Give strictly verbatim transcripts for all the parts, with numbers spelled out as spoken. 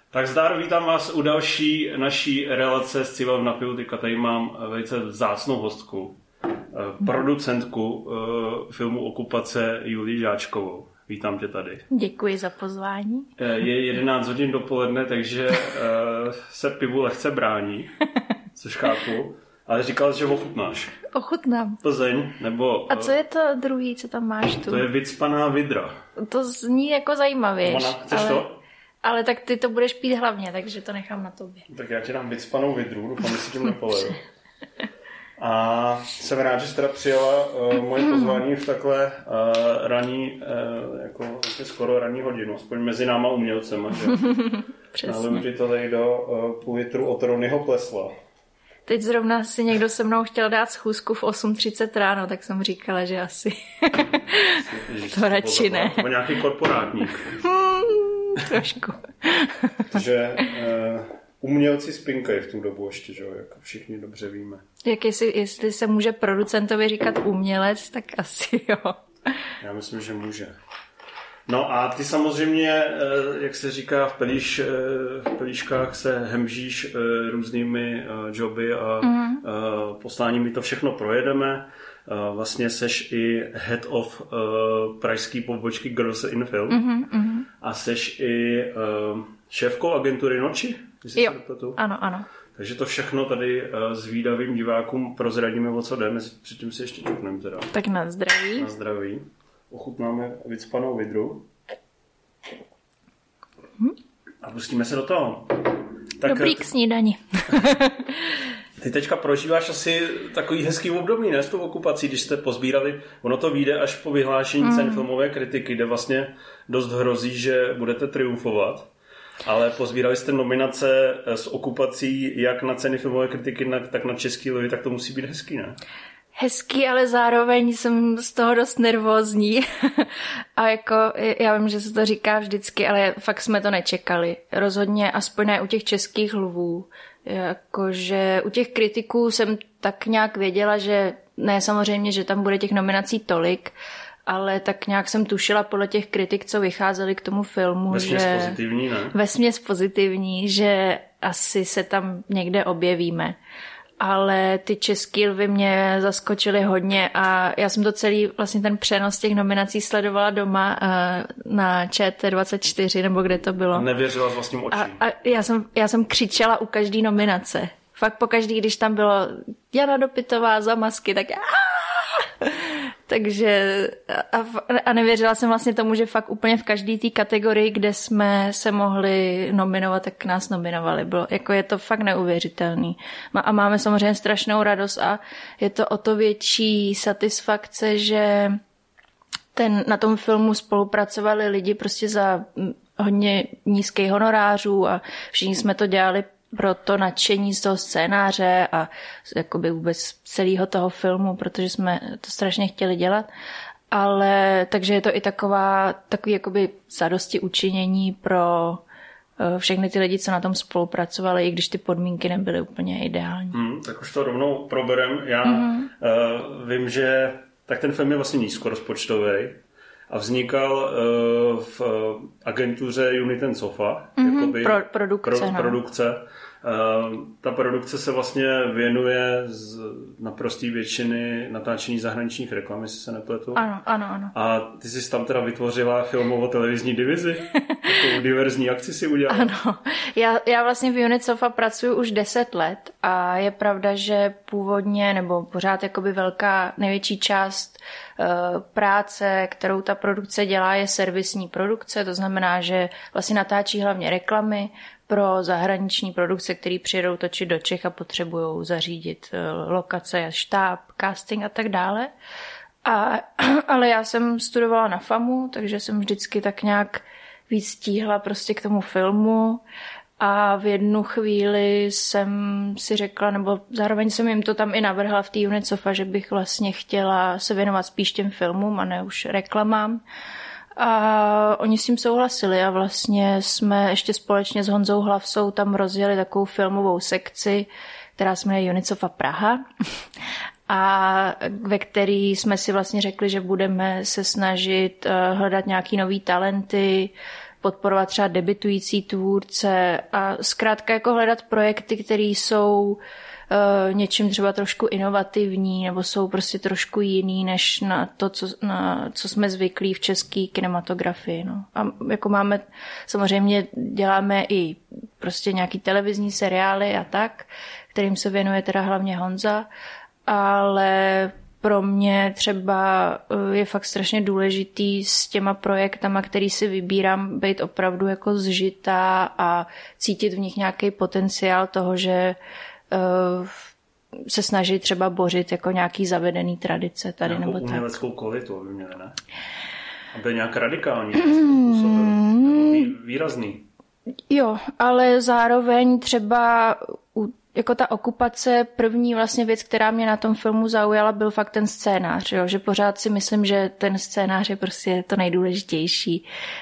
Tak zdar, vítám vás u další naší relace s Cílem na pivu. Teďka tady mám velice vzácnou hostku, producentku filmu Okupace Julii Žáčkovou. Vítám tě tady. Děkuji za pozvání. Je jedenáct hodin dopoledne, takže se pivu lehce brání, což chápu. Ale říkal jsi, že ochutnáš. Ochutnám. Plzeň, nebo... A co je to druhý, co tam máš tu? To je vycpaná vidra. To zní jako zajímavě. Ona, chceš ale, to? Ale tak ty to budeš pít hlavně, takže to nechám na tobě. Tak já ti dám vycpanou vidru, doufám, že si tím nepoleju. A jsem rád, že jsi teda přijala uh, moje pozvání v takhle uh, raní, uh, jako vlastně skoro ranní hodinu, aspoň mezi náma umělcema, že? Přesně. Naliju ti to tady do uh, půl litru od Ronyho Plesla. Teď zrovna si někdo se mnou chtěl dát schůzku v osm třicet ráno, tak jsem říkala, že asi Ježiš, to radši ne. To nějaký korporátník. Hmm, trošku. Takže uh, umělci spinkají v tu dobu ještě, že jo, jak všichni dobře víme. Jak jestli, jestli se může producentovi říkat umělec, tak asi jo. Já myslím, že může. No a ty samozřejmě, jak se říká, v, pelíš, v pelíškách se hemžíš různými joby a mm. posláními, to všechno projedeme. Vlastně seš i head of pražský pobočky Girls in Film mm-hmm. a seš i šéfkou agentury Noči. Jo, ano, ano. Takže to všechno tady s výdavým divákům prozradíme, o co jdeme, předtím si ještě čukneme teda. Tak na zdraví. Na zdraví. Ochutnáme vycpanou vidru. Hm? A pustíme se do toho. Tak, dobrý k snídani. Ty teďka prožíváš asi takový hezký období, ne, s tou okupací, když jste pozbírali, ono to vyjde až po vyhlášení mm. cen filmové kritiky, kde vlastně dost hrozí, že budete triumfovat. Ale pozbírali jste nominace s okupací jak na ceny filmové kritiky, tak na Český lvy, tak to musí být hezký, ne? Hezký, ale zároveň jsem z toho dost nervózní. A jako, já vím, že se to říká vždycky, ale fakt jsme to nečekali. Rozhodně, aspoň ne u těch Českých lvů. Jakože u těch kritiků jsem tak nějak věděla, že ne samozřejmě, že tam bude těch nominací tolik, ale tak nějak jsem tušila podle těch kritik, co vycházeli k tomu filmu, vesměs že... pozitivní, ne? Vesměs pozitivní, že asi se tam někde objevíme. Ale ty Český lvy mě zaskočily hodně a já jsem to celý, vlastně ten přenos těch nominací sledovala doma na Č T dvacet čtyři, nebo kde to bylo. A nevěřila vlastním očím. A, a já, jsem, já jsem křičela u každý nominace. Fakt pokaždý, když tam bylo Jana Dopitová za Masky, tak aaa! Takže a, a nevěřila jsem vlastně tomu, že fakt úplně v každé té kategorii, kde jsme se mohli nominovat, tak nás nominovali. Bylo, jako je to fakt neuvěřitelný. A máme samozřejmě strašnou radost a je to o to větší satisfakce, že ten, na tom filmu spolupracovali lidi prostě za hodně nízkých honorářů a všichni jsme to dělali pro to nadšení z toho scénáře a jakoby vůbec celého toho filmu, protože jsme to strašně chtěli dělat. Ale takže je to i taková, takový jakoby zadosti učinění pro všechny ty lidi, co na tom spolupracovali, i když ty podmínky nebyly úplně ideální. Hmm, tak už to rovnou proberem. Já mm-hmm. uh, vím, že tak ten film je vlastně nízkorozpočtový a vznikal uh, v uh, agentuře Unit and Sofa. Mm-hmm, jakoby pro, produkce. Pro, no. produkce. Uh, ta produkce se vlastně věnuje z naprosté většiny natáčení zahraničních reklam, jestli se nepletu. Ano, ano, ano. A ty jsi tam teda vytvořila filmovo-televizní divizi? Takovou diverzní akci si udělala? Ano. Já, já vlastně v Unit Sofa pracuji už deset let a je pravda, že původně, nebo pořád jakoby velká, největší část uh, práce, kterou ta produkce dělá, je servisní produkce, to znamená, že vlastně natáčí hlavně reklamy pro zahraniční produkce, které přijedou točit do Čech a potřebují zařídit lokace, štáb, casting a tak dále. A, ale já jsem studovala na FAMu, takže jsem vždycky tak nějak víc stíhla prostě k tomu filmu a v jednu chvíli jsem si řekla, nebo zároveň jsem jim to tam i navrhla v té Unit Sofa, že bych vlastně chtěla se věnovat spíš těm filmům a ne už reklamám. A oni s tím souhlasili a vlastně jsme ještě společně s Honzou Hlavsou tam rozjeli takovou filmovou sekci, která se jmenuje Unit Sofa Praha a ve který jsme si vlastně řekli, že budeme se snažit hledat nějaký nový talenty, podporovat třeba debitující tvůrce a zkrátka jako hledat projekty, které jsou uh, něčím třeba trošku inovativní nebo jsou prostě trošku jiný než na to, co, na, co jsme zvyklí v české kinematografii. No. A jako máme, samozřejmě děláme i prostě nějaký televizní seriály a tak, kterým se věnuje teda hlavně Honza, ale pro mě třeba je fakt strašně důležitý s těma projektama, který si vybírám, být opravdu jako zžitá a cítit v nich nějaký potenciál toho, že uh, se snaží třeba bořit jako nějaký zavedený tradice tady nějakou nebo tak. Uměleckou kvalitu, aby měli, ne? Aby nějak radikální způsobem, nebo výrazný. Jo, ale zároveň třeba u jako ta okupace, první vlastně věc, která mě na tom filmu zaujala, byl fakt ten scénář, jo? Že pořád si myslím, že ten scénář je prostě to nejdůležitější.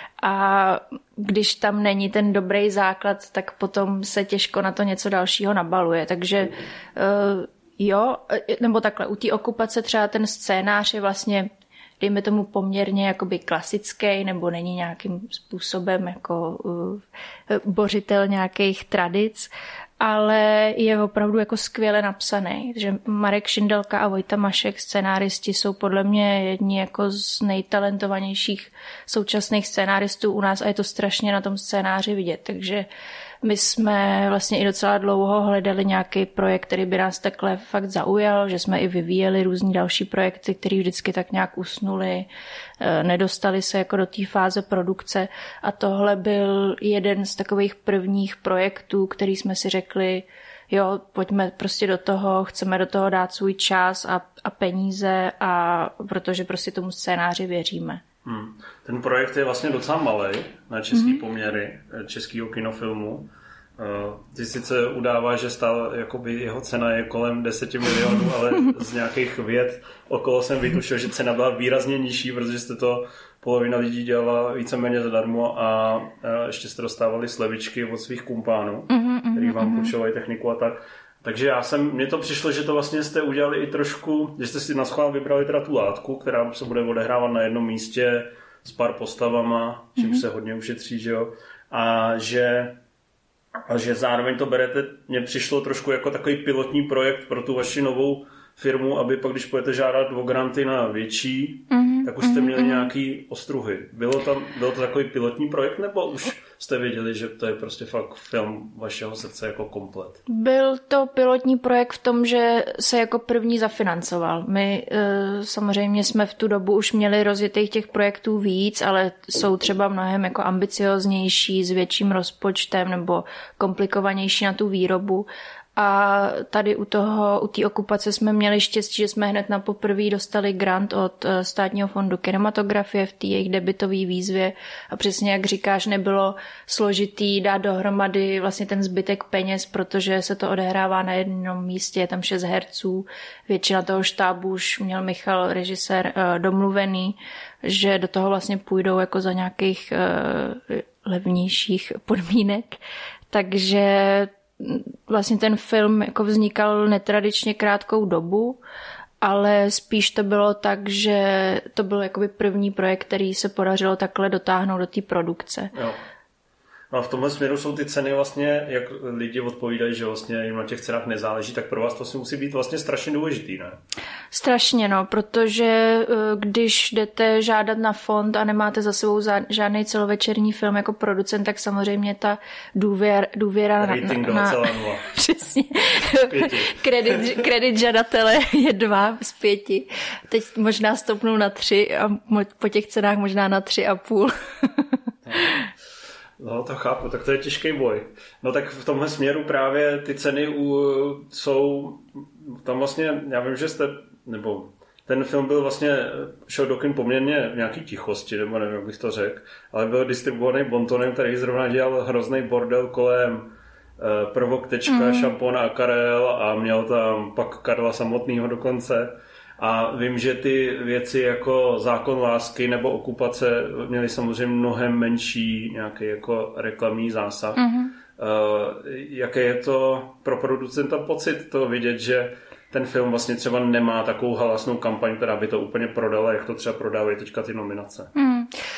A když tam není ten dobrý základ, tak potom se těžko na to něco dalšího nabaluje. Takže uh, jo, nebo takhle, u té okupace třeba ten scénář je vlastně, dejme tomu, poměrně jakoby klasický, nebo není nějakým způsobem jako uh, bořitel nějakých tradic, ale je opravdu jako skvěle napsaný. Že Marek Šindelka a Vojta Mašek, scenáristi, jsou podle mě jedni jako z nejtalentovanějších současných scénáristů u nás a je to strašně na tom scénáři vidět. Takže my jsme vlastně i docela dlouho hledali nějaký projekt, který by nás takhle fakt zaujal, že jsme i vyvíjeli různý další projekty, které vždycky tak nějak usnuly, nedostali se jako do té fáze produkce a tohle byl jeden z takových prvních projektů, který jsme si řekli, jo, pojďme prostě do toho, chceme do toho dát svůj čas a, a peníze, a protože prostě tomu scénáři věříme. Hmm. Ten projekt je vlastně docela malý na český mm-hmm. poměry českého kinofilmu. Ty sice udává, že stál, jakoby jeho cena je kolem deset milionů, ale z nějakých věd okolo jsem vytušil, že cena byla výrazně nižší, protože jste to polovina lidí dělala víceméně zadarmo a ještě jste dostávali slevičky od svých kumpánů, mm-hmm, který vám mm-hmm. půjčovali techniku a tak. Takže já jsem, mně to přišlo, že to vlastně jste udělali i trošku, že jste si na schvál vybrali teda tu látku, která se bude odehrávat na jednom místě s pár postavama, čím mm-hmm. se hodně ušetří, že jo, a že, a že zároveň to berete, mně přišlo trošku jako takový pilotní projekt pro tu vaši novou firmu, aby pak, když budete žádat o granty na větší, mm-hmm. tak už jste měli mm-hmm. nějaký ostruhy. Bylo, tam, bylo to takový pilotní projekt, nebo už jste věděli, že to je prostě fakt film vašeho srdce jako komplet? Byl to pilotní projekt v tom, že se jako první zafinancoval. My e, samozřejmě jsme v tu dobu už měli rozjetých těch projektů víc, ale jsou třeba mnohem jako ambicioznější, s větším rozpočtem nebo komplikovanější na tu výrobu. A tady u toho, u té okupace jsme měli štěstí, že jsme hned na poprvé dostali grant od Státního fondu kinematografie v té jejich debitové výzvě a přesně jak říkáš, nebylo složitý dát dohromady vlastně ten zbytek peněz, protože se to odehrává na jednom místě, je tam šest herců, většina toho štábu už měl Michal, režisér, domluvený, že do toho vlastně půjdou jako za nějakých levnějších podmínek, takže vlastně ten film jako vznikal netradičně krátkou dobu, ale spíš to bylo tak, že to byl jakoby první projekt, který se podařilo takhle dotáhnout do té produkce. Jo. No a v tomhle směru jsou ty ceny vlastně, jak lidi odpovídají, že vlastně jim na těch cenách nezáleží, tak pro vás to si musí být vlastně strašně důležitý, ne? Strašně, no, protože když jdete žádat na fond a nemáte za sebou žádný celovečerní film jako producent, tak samozřejmě ta důvěr, důvěra rating na... na, na přesně. kredit, kredit žadatele je dva z pěti. Teď možná stopnou na tři a po těch cenách možná na tři a půl. No, to chápu, tak to je těžký boj. No tak v tomhle směru právě ty ceny u, jsou, tam vlastně, já vím, že jste, nebo ten film byl vlastně, šel do kin poměrně v nějaký tichosti, nebo nevím, jak bych to řekl, ale byl distribuovaný Bontonem, který zrovna dělal hrozný bordel kolem eh, Prvok, tečka, mm. Šampona a Karel a měl tam pak Karla samotného dokonce. A vím, že ty věci jako Zákon lásky nebo Okupace měly samozřejmě mnohem menší nějaký jako reklamní zásah. Mm-hmm. Uh, jaké je to pro producenta pocit to vidět, že ten film vlastně třeba nemá takovou halasnou kampaň, která by to úplně prodala, jak to třeba prodávají teďka ty nominace? Mm.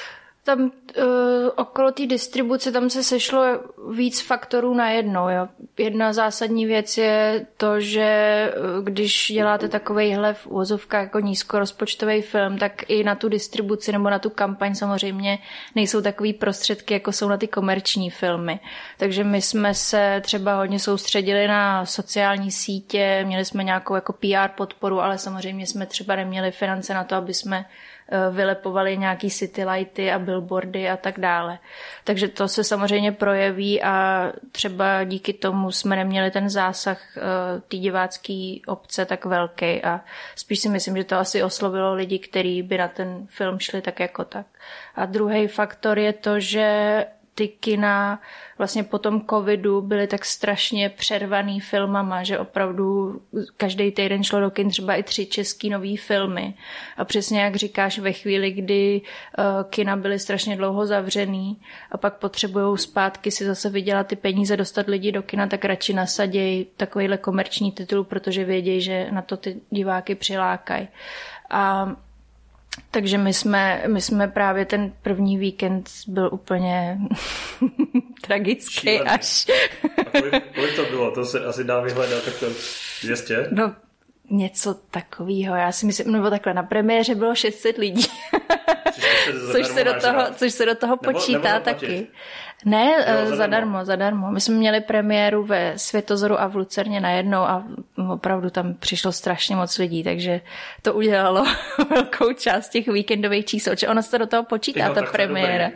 tam uh, okolo té distribuce tam se sešlo víc faktorů najednou. Jo. Jedna zásadní věc je to, že když děláte takovejhle v uvozovkách jako nízkorozpočtový film, tak i na tu distribuci nebo na tu kampaň samozřejmě nejsou takový prostředky, jako jsou na ty komerční filmy. Takže my jsme se třeba hodně soustředili na sociální sítě, měli jsme nějakou jako P R podporu, ale samozřejmě jsme třeba neměli finance na to, aby jsme vylepovali nějaký city lighty a billboardy a tak dále. Takže to se samozřejmě projeví a třeba díky tomu jsme neměli ten zásah té divácké obce tak velký a spíš si myslím, že to asi oslovilo lidi, kteří by na ten film šli tak jako tak. A druhý faktor je to, že ty kina vlastně po tom covidu byly tak strašně přervaný filmama, že opravdu každý týden šlo do kin třeba i tři český nový filmy. A přesně jak říkáš, ve chvíli, kdy uh, kina byly strašně dlouho zavřený a pak potřebujou zpátky si zase vydělat ty peníze, dostat lidi do kina, tak radši nasadějí takovýhle komerční titul, protože vědějí, že na to ty diváky přilákají. A takže my jsme, my jsme právě ten první víkend byl úplně tragický. Šílený. Až. A kolik, kolik to bylo? To se asi dá vyhledat, tak to dvě stě? No něco takového. Já si myslím, nebo takhle na premiéře bylo šest set lidí. což, se do toho, což se do toho nebo, počítá nebo taky. Ne, jo, zadarmo. zadarmo, zadarmo. My jsme měli premiéru ve Světozoru a v Lucerně najednou a opravdu tam přišlo strašně moc lidí, takže to udělalo velkou část těch víkendových čísel, že ono se do toho počítá, ta premiéra.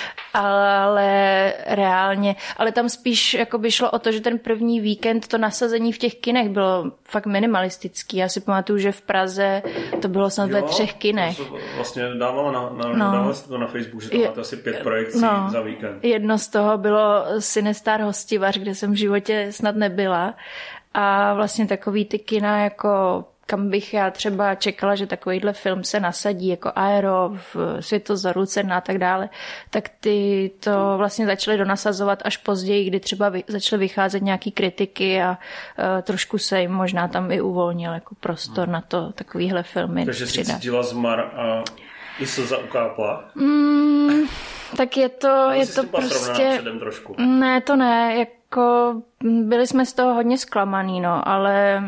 Ale reálně, ale tam spíš jako by šlo o to, že ten první víkend to nasazení v těch kinech bylo fakt minimalistický. Já si pamatuju, že v Praze to bylo snad jo, ve třech kinech. To vlastně dávala na, na, no. dávala to na Facebook, že to máte asi pět projekcí no. za víkend. Jedno z toho bylo Cinestar Hostivař, kde jsem v životě snad nebyla. A vlastně takový ty kina, jako kam bych já třeba čekala, že takovýhle film se nasadí, jako Aero, Světozor, Lucerna a tak dále, tak ty to vlastně začaly donasazovat až později, kdy třeba vy, začaly vycházet nějaký kritiky a uh, trošku se jim možná tam i uvolnil jako prostor hmm. na to takovýhle filmy. Takže jsi cítila zmar a i slza ukápla? Mm, tak je to, je to prostě... trošku. Ne, to ne, jako byli jsme z toho hodně zklamaný, no, ale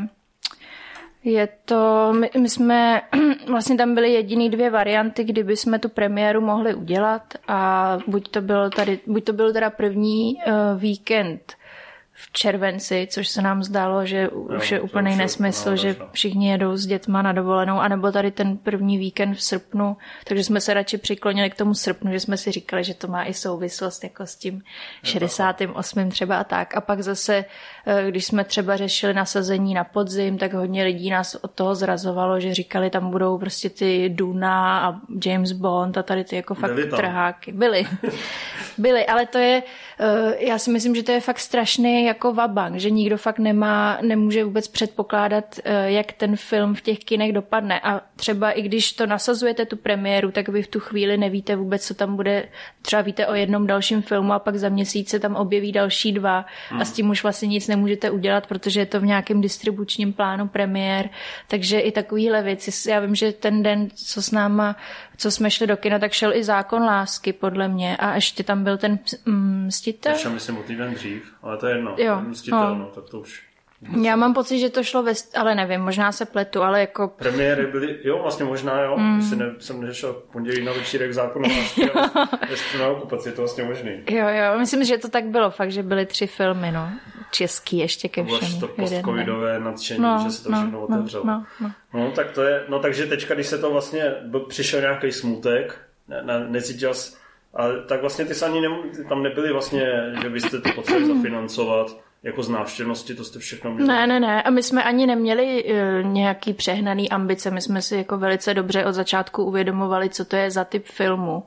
je to, my, my jsme, vlastně tam byly jediný dvě varianty, kdyby jsme tu premiéru mohli udělat a buď to byl tady, buď to byl teda první uh, víkend v červenci, což se nám zdálo, že no, už je úplný nesmysl, no, že všichni jedou s dětma na dovolenou, anebo tady ten první víkend v srpnu, takže jsme se radši přiklonili k tomu srpnu, že jsme si říkali, že to má i souvislost jako s tím šedesátým osmým třeba a tak. A pak zase, když jsme třeba řešili nasazení na podzim, tak hodně lidí nás od toho zrazovalo, že říkali, tam budou prostě ty Duna a James Bond a tady ty jako fakt Byli trháky. Byly. Byly, ale to je, já si myslím, že to je fakt strašný jako vabank, že nikdo fakt nemá, nemůže vůbec předpokládat, jak ten film v těch kinech dopadne. A třeba i když to nasazujete tu premiéru, tak vy v tu chvíli nevíte vůbec, co tam bude. Třeba víte o jednom dalším filmu a pak za měsíc se tam objeví další dva hmm. a s tím už vlastně nic nemůžete udělat, protože je to v nějakém distribučním plánu premiér. Takže i takovýhle věci. Já vím, že ten den, co s náma, co jsme šli do kina, tak šel i Zákon lásky, podle mě. A ještě tam byl ten Mstitel. Ještě myslím o týden dřív, ale to je jedno. Jo, Mstitel, no. no, tak to už... Já mám pocit, že to šlo ve... Ale nevím, možná se pletu, ale jako... Premiéry byly... Jo, vlastně možná, jo. Mm. Když ne, jsem neřešel pondělí na večírek Zákon lásky, ale na okupaci, je to vlastně možný. Jo, jo, myslím, že to tak bylo fakt, že byly tři filmy, no. Český ještě ke všemu. Bylo to post-covidové nadšení, no, že se to no, všechno no, otevřelo. No, no. no, tak to je... No, takže teďka, když se to vlastně... Přišel nějaký smutek, ne, ne, necítil jsi... Ale tak vlastně ty se ani ne, tam nebyli vlastně, že byste to potřebovali zafinancovat jako z návštěvnosti, to jste všechno měli. Ne, ne, ne. A my jsme ani neměli uh, nějaký přehnaný ambice. My jsme si jako velice dobře od začátku uvědomovali, co to je za typ filmu.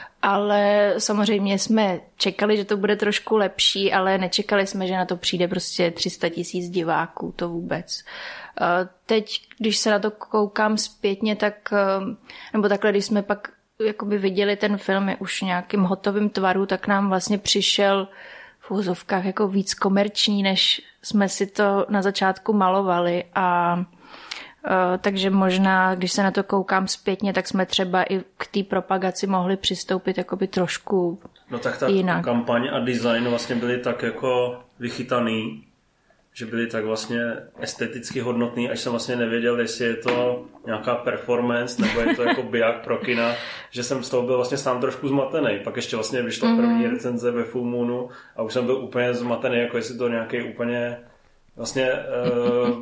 Ale samozřejmě jsme čekali, že to bude trošku lepší, ale nečekali jsme, že na to přijde prostě tři sta tisíc diváků, to vůbec. Uh, teď, když se na to koukám zpětně, tak, uh, nebo takhle, když jsme pak jakoby viděli ten film je už nějakým hotovým tvaru, tak nám vlastně přišel v úzovkách jako víc komerční, než jsme si to na začátku malovali a takže možná, když se na to koukám zpětně, tak jsme třeba i k té propagaci mohli přistoupit jakoby trošku no tak ta jinak. Kampaň a design vlastně byly tak jako vychytaný, že byly tak vlastně esteticky hodnotný, až jsem vlastně nevěděl, jestli je to nějaká performance, nebo je to jako biják pro kina, že jsem z toho byl vlastně sám trošku zmatený. Pak ještě vlastně vyšla mm-hmm. první recenze ve Full Moonu a už jsem byl úplně zmatený, jako jestli to nějaký úplně vlastně uh,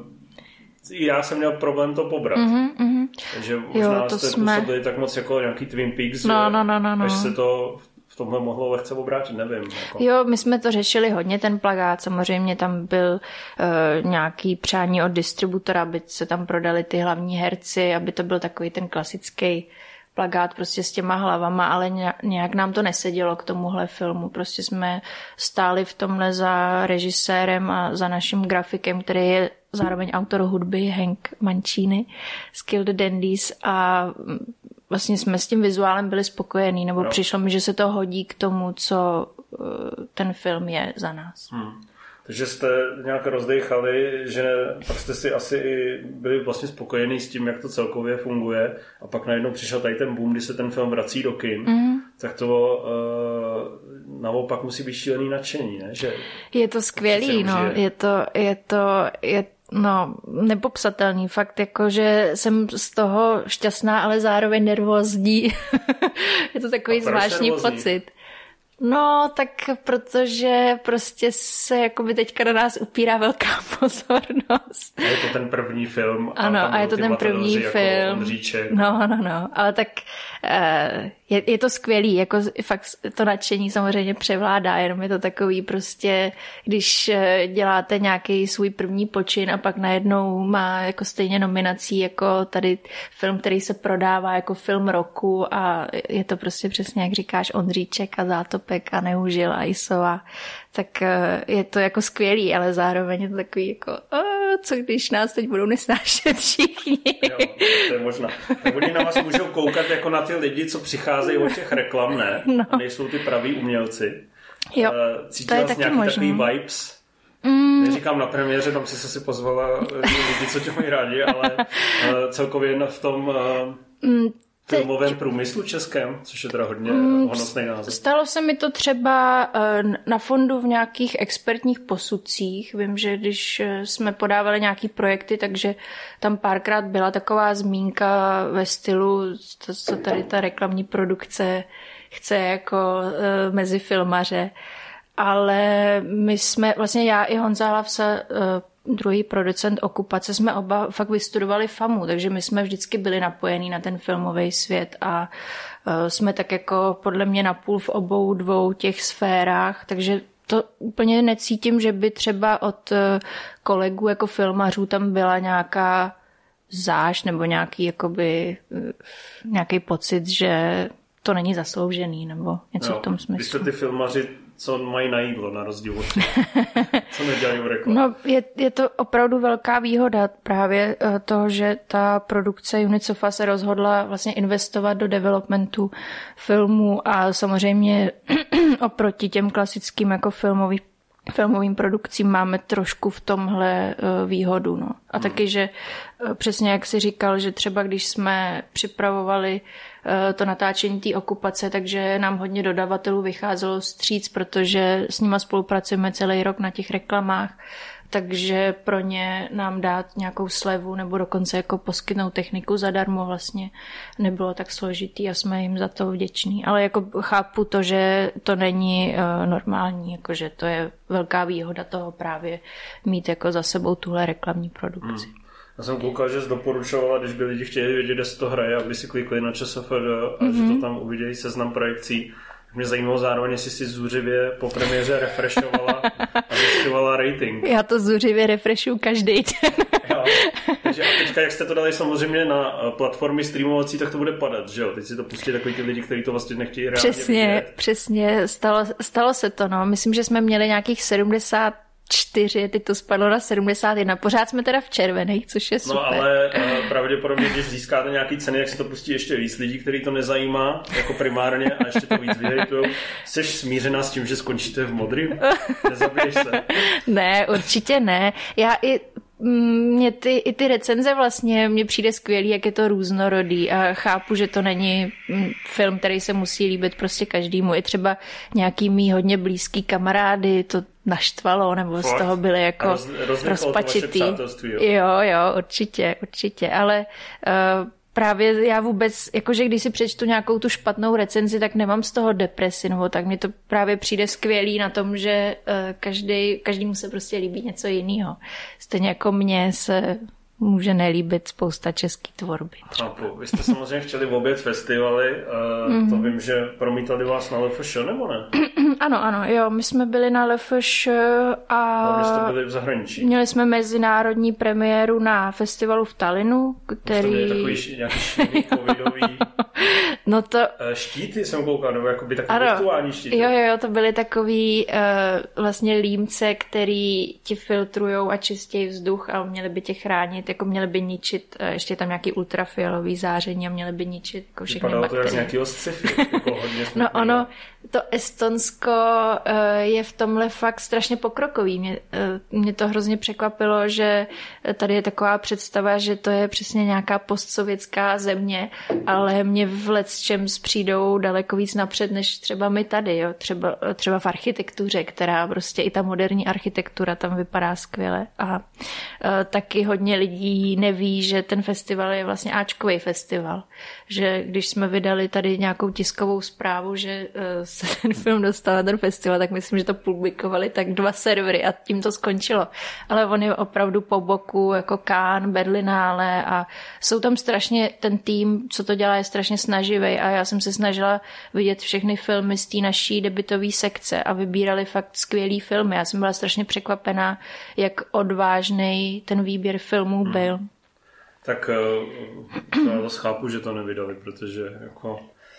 já jsem měl problém to pobrat. Mm-hmm. Takže možná jo, to jste jsme... působili tak moc jako nějaký Twin Peaks, no, že no, no, no, no. až se to v tomhle mohlo lehce obrátit, nevím. Jako. Jo, my jsme to řešili hodně, ten plakát, samozřejmě tam byl uh, nějaký přání od distributora, aby se tam prodali ty hlavní herci, aby to byl takový ten klasický plakát prostě s těma hlavama, ale nějak nám to nesedělo k tomuhle filmu. Prostě jsme stáli v tomhle za režisérem a za naším grafikem, který je zároveň autor hudby Hank Mancini z Kill the Dandies a vlastně jsme s tím vizuálem byli spokojení, nebo no. přišlo mi, že se to hodí k tomu, co ten film je za nás. Hmm. Takže jste nějak rozdechali, že pak jste si asi i byli vlastně spokojení s tím, jak to celkově funguje a pak najednou přišel tady ten boom, kdy se ten film vrací do kin, mm. tak to uh, naopak musí být šílený nadšení, ne? Že je to skvělý, no, je to, je to, je no, nepopsatelný fakt, jako, že jsem z toho šťastná, ale zároveň nervózní. Je to takový zvláštní pocit. No, tak protože prostě se jakoby teďka na nás upírá velká pozornost. A je to ten první film. Ano, a, a je to ten první film. Jako no, no, no. Ale tak je, je to skvělý, jako fakt to nadšení samozřejmě převládá, jenom je to takový prostě, když děláte nějaký svůj první počin a pak najednou má jako stejně nominací jako tady film, který se prodává jako film roku a je to prostě přesně, jak říkáš, Ondříček a Zátopek a Neužil a Isova, tak je to jako skvělý, ale zároveň je to takový jako co když nás teď budou nesnášet všichni. Jo, to je možná. Tak oni na vás můžou koukat jako na ty lidi, co přicházejí od těch reklam, ne? No. A nejsou ty praví umělci. Jo, cítila to je taky nějaký možný. Takový vibes? Mm. Neříkám na premiéře, tam si se si pozvala lidi, co tě mají rádi, ale celkově v tom mm. filmovém průmyslu českém, což je teda hodně mm, honosný název. Stalo se mi to třeba na fondu v nějakých expertních posudcích. Vím, že když jsme podávali nějaký projekty, takže tam párkrát byla taková zmínka ve stylu, co tady ta reklamní produkce chce jako mezi filmaře. Ale my jsme, vlastně já i Honza Hlavsa, druhý producent Okupace, jsme oba fakt vystudovali FAMU, takže my jsme vždycky byli napojení na ten filmový svět a jsme tak jako podle mě napůl v obou dvou těch sférách, takže to úplně necítím, že by třeba od kolegů jako filmařů tam byla nějaká zášť nebo nějaký jakoby nějaký pocit, že to není zasloužený nebo něco no, v tom smyslu. Vy jste ty filmaři, co mají na jídlo, na rozdíl od těch, co nedělají v reklamě. No, je, je to opravdu velká výhoda právě toho, že ta produkce UNICEFa se rozhodla vlastně investovat do developmentu filmů a samozřejmě oproti těm klasickým jako filmovým filmovým produkcím máme trošku v tomhle výhodu. No. A hmm. taky, že přesně jak jsi říkal, že třeba když jsme připravovali to natáčení té Okupace, takže nám hodně dodavatelů vycházelo vstříc, protože s nima spolupracujeme celý rok na těch reklamách, takže pro ně nám dát nějakou slevu nebo dokonce jako poskytnout techniku zadarmo vlastně nebylo tak složitý a jsme jim za to vděční. Ale jako chápu to, že to není uh, normální, jakože to je velká výhoda toho právě mít jako za sebou tuhle reklamní produkci. Hmm. Já jsem koukal, že jsi doporučovala, když by lidi chtěli vědět, kde se to hraje, aby si klikli na ČSFD a mm-hmm. že to tam uvidějí seznam projekcí. Mě zajímalo zároveň, jestli si zuřivě po premiéře refreshovala a zjišťovala rating. Já to zuřivě refreshuju každý den. Jo. Takže a teďka, jak jste to dali samozřejmě na platformy streamovací, tak to bude padat, že jo? Teď si to pustí takový ty lidi, kteří to vlastně nechtějí reálně Přesně, vidět. Přesně, stalo, stalo se to, no. Myslím, že jsme měli nějakých sedmdesát čtyři, teď to spadlo na sedmdesát jedna. Pořád jsme teda v červených, což je super. No ale uh, pravděpodobně, když získáte nějaký ceny, jak se to pustí ještě víc lidí, který to nezajímá, jako primárně, a ještě to víc vyhejtujou. Jsi smířená s tím, že skončíte v modrým? Nezabiješ se? Ne, určitě ne. Já i mě ty, i ty recenze vlastně, mně přijde skvělý, jak je to různorodý a chápu, že to není film, který se musí líbit prostě každému. I třeba nějaký mý hodně blízký kamarády to naštvalo, nebo Fakt? z toho byli jako roz, rozpačitý. Jo? jo, jo, určitě, určitě, ale uh, právě já vůbec, jakože když si přečtu nějakou tu špatnou recenzi, tak nemám z toho depresi, nebo tak mně to právě přijde skvělý na tom, že uh, každý, každému se prostě líbí něco jiného. Stejně jako mně se může nelíbit spousta český tvorby. Chápu. Vy jste samozřejmě chtěli obět festivaly, uh, mm-hmm. to vím, že promítali vás na L F Š, nebo ne? Ano, ano, jo, my jsme byli na L F Š a... A jste byli v zahraničí. Měli jsme mezinárodní premiéru na festivalu v Tallinnu, který... Jste měli takový nějaký šílený covidový... No to... Štíty jsem koukal, nebo jakoby takový ano. virtuální štíty. Jo, jo, jo, to byly takový uh, vlastně límce, který ti filtrujou a čistějí vzduch a měli by tě chránit, jako měli by ničit, uh, ještě tam nějaký ultrafialový záření a měli by ničit jako všechny bakterie. Vypadalo to jak z nějakého sci-fi, jako hodně No ono, to Estonsko uh, je v tomhle fakt strašně pokrokový. Mě, uh, mě to hrozně překvapilo, že tady je taková představa, že to je přesně nějaká postsovětská země, ale mě v lecčems přijdou daleko víc napřed, než třeba my tady, jo. Třeba, třeba v architektuře, která prostě i ta moderní architektura tam vypadá skvěle. A uh, taky hodně lidí neví, že ten festival je vlastně áčkový festival. Že když jsme vydali tady nějakou tiskovou zprávu, že uh, se ten film dostal na ten festival, tak myslím, že to publikovali tak dva servery a tím to skončilo. Ale on je opravdu po boku jako Cannes, Berlinále a jsou tam strašně, ten tým, co to dělá, je strašně snaživý a já jsem se snažila vidět všechny filmy z té naší debutové sekce a vybírali fakt skvělý filmy. Já jsem byla strašně překvapená, jak odvážný ten výběr filmů byl. Hmm. Tak já zase chápu, že to nevydali, protože jako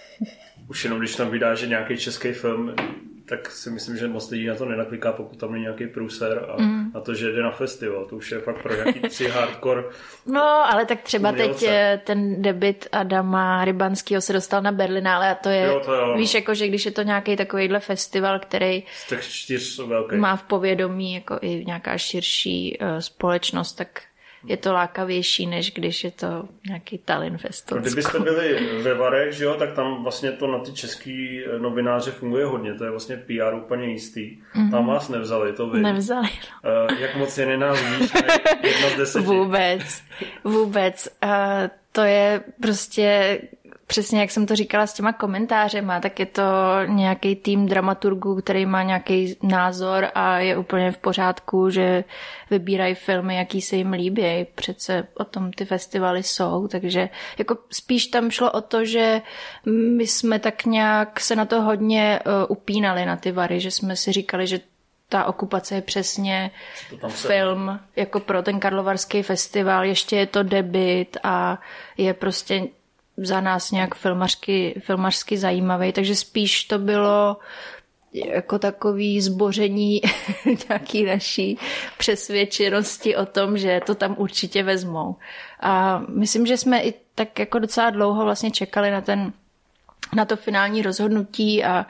už jenom když tam vydá, že nějaký český film, tak si myslím, že moc lidí na to nenakliká, pokud tam není nějaký průser a mm. na to, že jde na festival. To už je fakt pro nějaký tři hardcore. No, ale tak třeba umělce. Teď ten debut Adama Rybanského se dostal na Berlinále a to je, jo, to jo. Víš, jako, že když je to nějaký takovýhle festival, který z těch čtyř velký. Má v povědomí jako i nějaká širší uh, společnost, tak je to lákavější, než když je to nějaký Tallinn Festival. No, kdybyste byli ve Varech, že jo, tak tam vlastně to na ty český novináře funguje hodně. To je vlastně P R úplně jistý. Mm-hmm. Tam vás nevzali, to vím. Nevzali, no. Uh, jak moc je nenávidíš? Jedna z deseti. Vůbec, vůbec. Uh, to je prostě... Přesně jak jsem to říkala s těma komentářema, tak je to nějaký tým dramaturgů, který má nějaký názor a je úplně v pořádku, že vybírají filmy, jaký se jim líbí. Přece o tom ty festivaly jsou, takže jako spíš tam šlo o to, že my jsme tak nějak se na to hodně uh, upínali na ty Vary, že jsme si říkali, že ta okupace je přesně film jako pro ten Karlovarský festival, ještě je to debut a je prostě za nás nějak filmařsky, filmařsky zajímavý, takže spíš to bylo jako takový zboření nějaký naší přesvědčenosti o tom, že to tam určitě vezmou. A myslím, že jsme i tak jako docela dlouho vlastně čekali na ten na to finální rozhodnutí a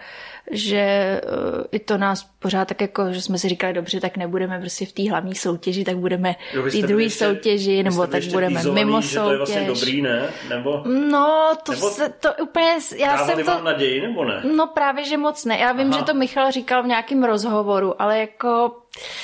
že uh, i to nás pořád tak jako, že jsme si říkali, dobře, tak nebudeme prostě v té hlavní soutěži, tak budeme v té druhé soutěži, nebo tak budeme týzovaný, mimo soutěž. To je vlastně dobrý, ne? Nebo, no, to, nebo se, to úplně... Já jsem to, vám naději, nebo ne? No právě, že moc ne. Já vím, Aha. že to Michal říkal v nějakém rozhovoru, ale jako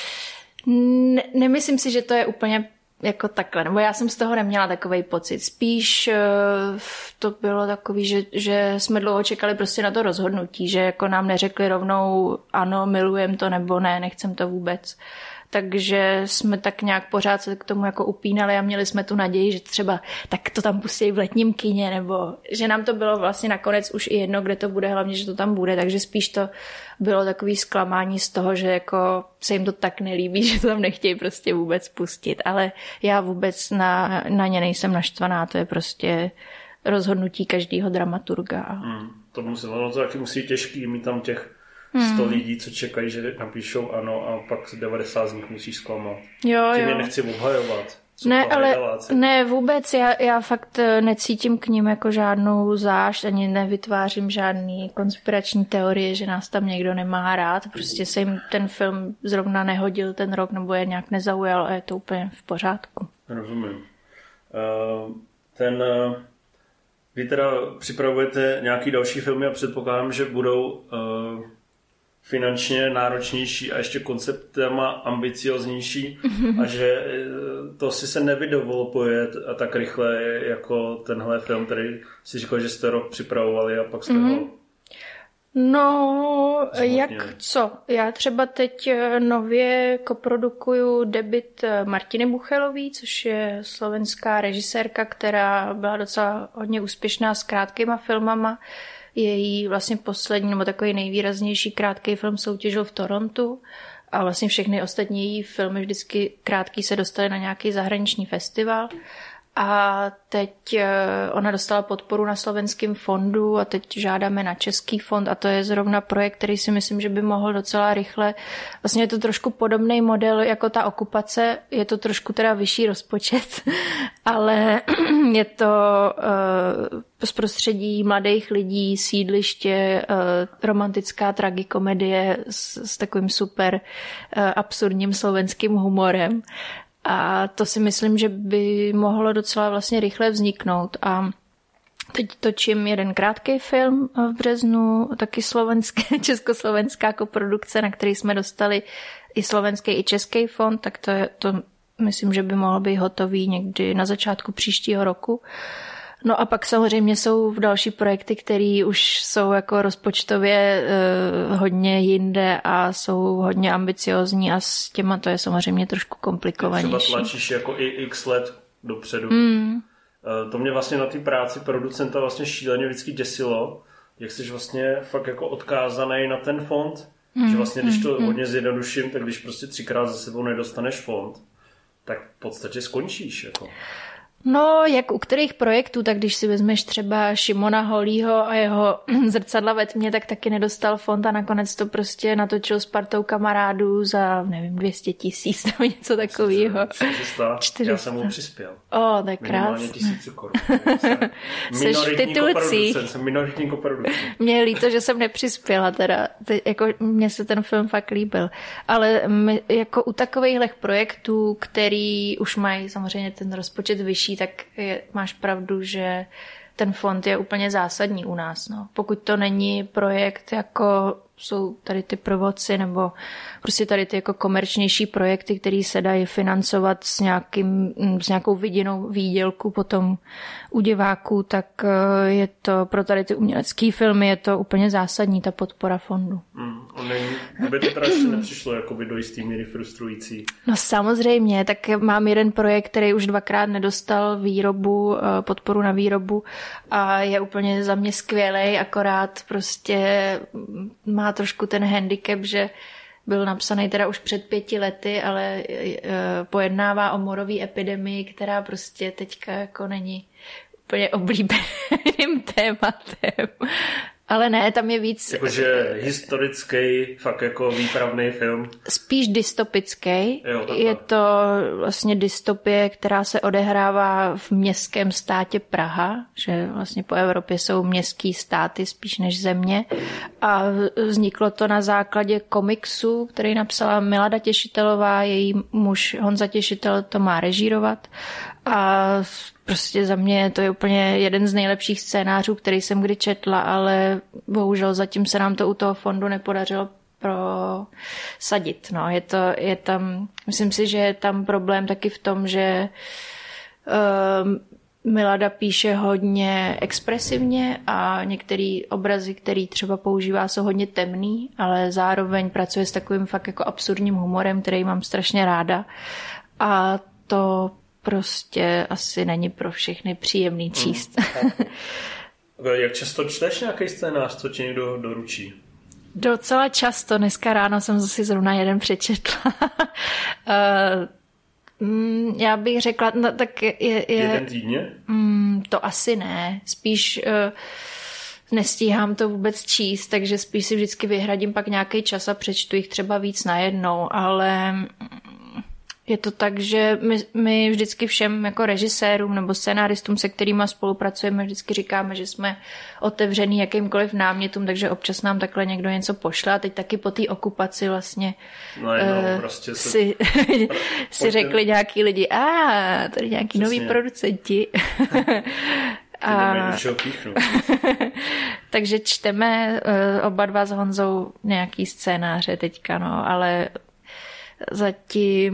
ne, nemyslím si, že to je úplně jako takhle, nebo já jsem z toho neměla takovej pocit. Spíš to bylo takový, že, že jsme dlouho čekali prostě na to rozhodnutí, že jako nám neřekli rovnou ano, milujem to, nebo ne, nechcem to vůbec. Takže jsme tak nějak pořád se k tomu jako upínali a měli jsme tu naději, že třeba tak to tam pustí v letním kině, nebo že nám to bylo vlastně nakonec už i jedno, kde to bude, hlavně, že to tam bude, takže spíš to bylo takový zklamání z toho, že jako se jim to tak nelíbí, že to tam nechtějí prostě vůbec pustit, ale já vůbec na, na ně nejsem naštvaná, to je prostě rozhodnutí každého dramaturga. Hmm, to musí, no to taky musí těžký, mít tam těch sto hmm. lidí, co čekají, že napíšou ano a pak devadesát z nich musí zklamat. Jo, Tím jo. je nechci obhajovat. Ne, ale ne, vůbec, já, já fakt necítím k ním jako žádnou zášť, ani nevytvářím žádný konspirační teorie, že nás tam někdo nemá rád, prostě se jim ten film zrovna nehodil ten rok, nebo je nějak nezaujal a je to úplně v pořádku. Rozumím. Uh, ten, uh, vy teda připravujete nějaký další filmy a předpokládám, že budou uh, finančně náročnější a ještě konceptama ambicioznější a že to si se nevydovol pojet a tak rychle jako tenhle film, který si říkal, že jste rok připravovali a pak jste mm-hmm. ho No, zmotnili. Jak co? Já třeba teď nově koprodukuju debut Martiny Buchelový, což je slovenská režisérka, která byla docela hodně úspěšná s krátkýma filmama. Její vlastně poslední, nebo takový nejvýraznější krátký film soutěžil v Torontu a vlastně všechny ostatní její filmy vždycky krátký se dostaly na nějaký zahraniční festival. A teď ona dostala podporu na slovenském fondu a teď žádáme na český fond a to je zrovna projekt, který si myslím, že by mohl docela rychle. Vlastně je to trošku podobný model jako ta okupace, je to trošku teda vyšší rozpočet, ale je to uh, z prostředí mladých lidí, sídliště, uh, romantická tragikomedie s, s takovým super uh, absurdním slovenským humorem. A to si myslím, že by mohlo docela vlastně rychle vzniknout. A teď točím jeden krátký film v březnu, taky slovenské, československá koprodukce, na který jsme dostali i slovenský, i český fond, tak to, je, to myslím, že by mohlo být hotový někdy na začátku příštího roku. No a pak samozřejmě jsou další projekty, které už jsou jako rozpočtově uh, hodně jinde a jsou hodně ambiciozní a s těma to je samozřejmě trošku komplikovanější. Třeba tlačíš jako i x let dopředu. Mm. Uh, to mě vlastně na té práci producenta vlastně šíleně vždycky děsilo, jak jsi vlastně fakt jako odkázaný na ten fond, mm. že vlastně když to mm. hodně zjednoduším, tak když prostě třikrát za sebou nedostaneš fond, tak v podstatě skončíš jako. No, jak u kterých projektů, tak když si vezmeš třeba Šimona Holího a jeho Zrcadla ve tmě, tak taky nedostal fond a nakonec to prostě natočil s partou kamarádů za, nevím, dvě stě tisíc nebo něco takového. čtyři sta. Já jsem mu přispěl. O, tak krásně. Minimálně tisíc korun. Seš v titulcích. Jsem minoritní koproducent. Mně je líto, že jsem nepřispěla teda. Teď, jako, mně se ten film fakt líbil. Ale my, jako u takových projektů, který už mají samozřejmě ten rozpočet vyšší, tak je, máš pravdu, že ten fond je úplně zásadní u nás. No. Pokud to není projekt, jako jsou tady ty průvodci nebo prostě tady ty jako komerčnější projekty, které se dají financovat s, nějakým, s nějakou viděnou výdělku potom u diváků, tak je to pro tady ty umělecké filmy je to úplně zásadní, ta podpora fondu. Mm, by to teda ještě nepřišlo jakoby do jistý míry frustrující? No samozřejmě, tak mám jeden projekt, který už dvakrát nedostal výrobu, podporu na výrobu a je úplně za mě skvělej, akorát prostě má trošku ten handicap, že byl napsaný teda už před pěti lety, ale pojednává o morové epidemii, která prostě teďka jako není úplně oblíbeným tématem. Ale ne, tam je víc... Jakože historický, fakt jako výpravný film. Spíš dystopický. Jo, je to vlastně dystopie, která se odehrává v městském státě Praha, že vlastně po Evropě jsou městský státy spíš než země. A vzniklo to na základě komiksu, který napsala Milada Těšitelová, její muž Honza Těšitel to má režírovat. A prostě za mě to je úplně jeden z nejlepších scénářů, který jsem kdy četla, ale bohužel zatím se nám to u toho fondu nepodařilo prosadit. No, je to, je tam, myslím si, že je tam problém taky v tom, že uh, Milada píše hodně expresivně a některé obrazy, které třeba používá, jsou hodně temný, ale zároveň pracuje s takovým fakt jako absurdním humorem, který mám strašně ráda. A to prostě asi není pro všechny příjemný číst. Hmm. Jak často čteš nějaký scénář, co ti někdo doručí? Docela často. Dneska ráno jsem zase zrovna jeden přečetla. uh, já bych řekla, no, tak je, je... Jeden týdně? Um, to asi ne. Spíš... Uh, nestíhám to vůbec číst, takže spíš si vždycky vyhradím pak nějaký čas a přečtu jich třeba víc najednou, ale... Je to tak, že my, my vždycky všem jako režisérům nebo scénáristům, se kterými spolupracujeme, vždycky říkáme, že jsme otevřený jakýmkoliv námětům, takže občas nám takhle někdo něco pošle a teď taky po té okupaci vlastně no, no, uh, prostě se... si, si řekli nějaký lidi, a tady nějaký Přesně. noví producenti. A... Takže čteme uh, oba dva s Honzou nějaký scénáře teďka, no, ale zatím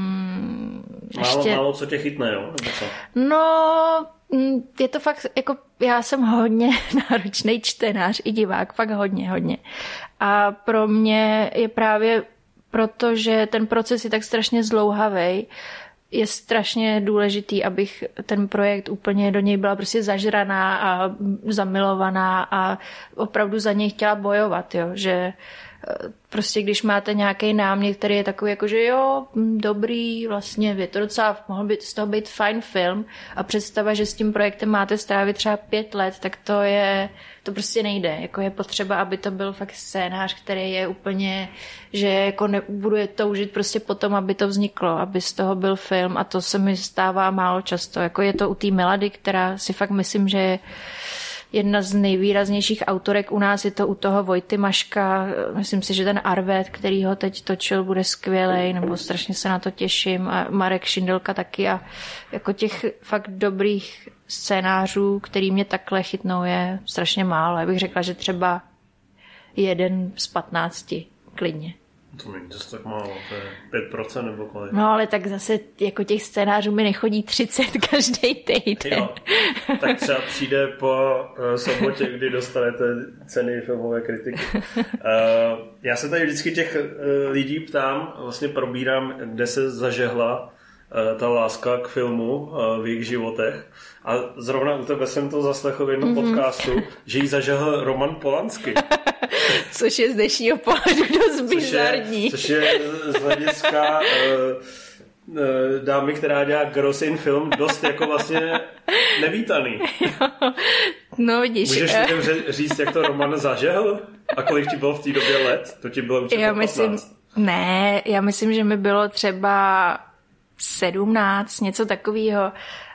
málo, ještě... málo co tě chytne, jo? Nebo co? No, je to fakt, jako já jsem hodně náročný čtenář i divák, fakt hodně, hodně. A pro mě je právě proto, že ten proces je tak strašně zdlouhavej, je strašně důležitý, abych ten projekt úplně do něj byla prostě zažraná a zamilovaná a opravdu za něj chtěla bojovat, jo, že prostě když máte nějaký námět, který je takový jako, že jo, dobrý, vlastně je to docela, mohl by z toho být fajn film a představa, že s tím projektem máte strávit třeba pět let, tak to je, to prostě nejde. Jako je potřeba, aby to byl fakt scénář, který je úplně, že jako nebudu toužit prostě potom, aby to vzniklo, aby z toho byl film a to se mi stává málo často. Jako je to u té Melody, která si fakt myslím, že je jedna z nejvýraznějších autorek u nás, je to u toho Vojty Maška. Myslím si, že ten Arvet, který ho teď točil, bude skvělej, nebo strašně se na to těším. A Marek Šindelka taky. A jako těch fakt dobrých scénářů, který mě takhle chytnou, je strašně málo. Já bych řekla, že třeba jeden z patnácti klidně. To není dost tak málo, to je pět procent nebo kolik. No ale tak zase jako těch scénářů mi nechodí třicet každý týden. Jo, tak třeba přijde po uh, sobotě, kdy dostanete ceny filmové kritiky. Uh, já se tady vždycky těch uh, lidí ptám, vlastně probírám, kde se zažehla uh, ta láska k filmu uh, v jejich životech. A zrovna u tebe jsem to zaslechl v jednom mm-hmm. podcastu, že jí zažehl Roman Polanský. Což je z dnešního pohledu dost bizarní. Což je, což je z hlediska uh, uh, dámy, která dělá grosin film, dost jako vlastně nevítaný. No vidíš. Můžeš mi říct, jak to Roman zažehl? A kolik ti bylo v té době let? To ti bylo určitě já myslím, ne, já myslím, že mi bylo třeba sedmnáct, něco takového.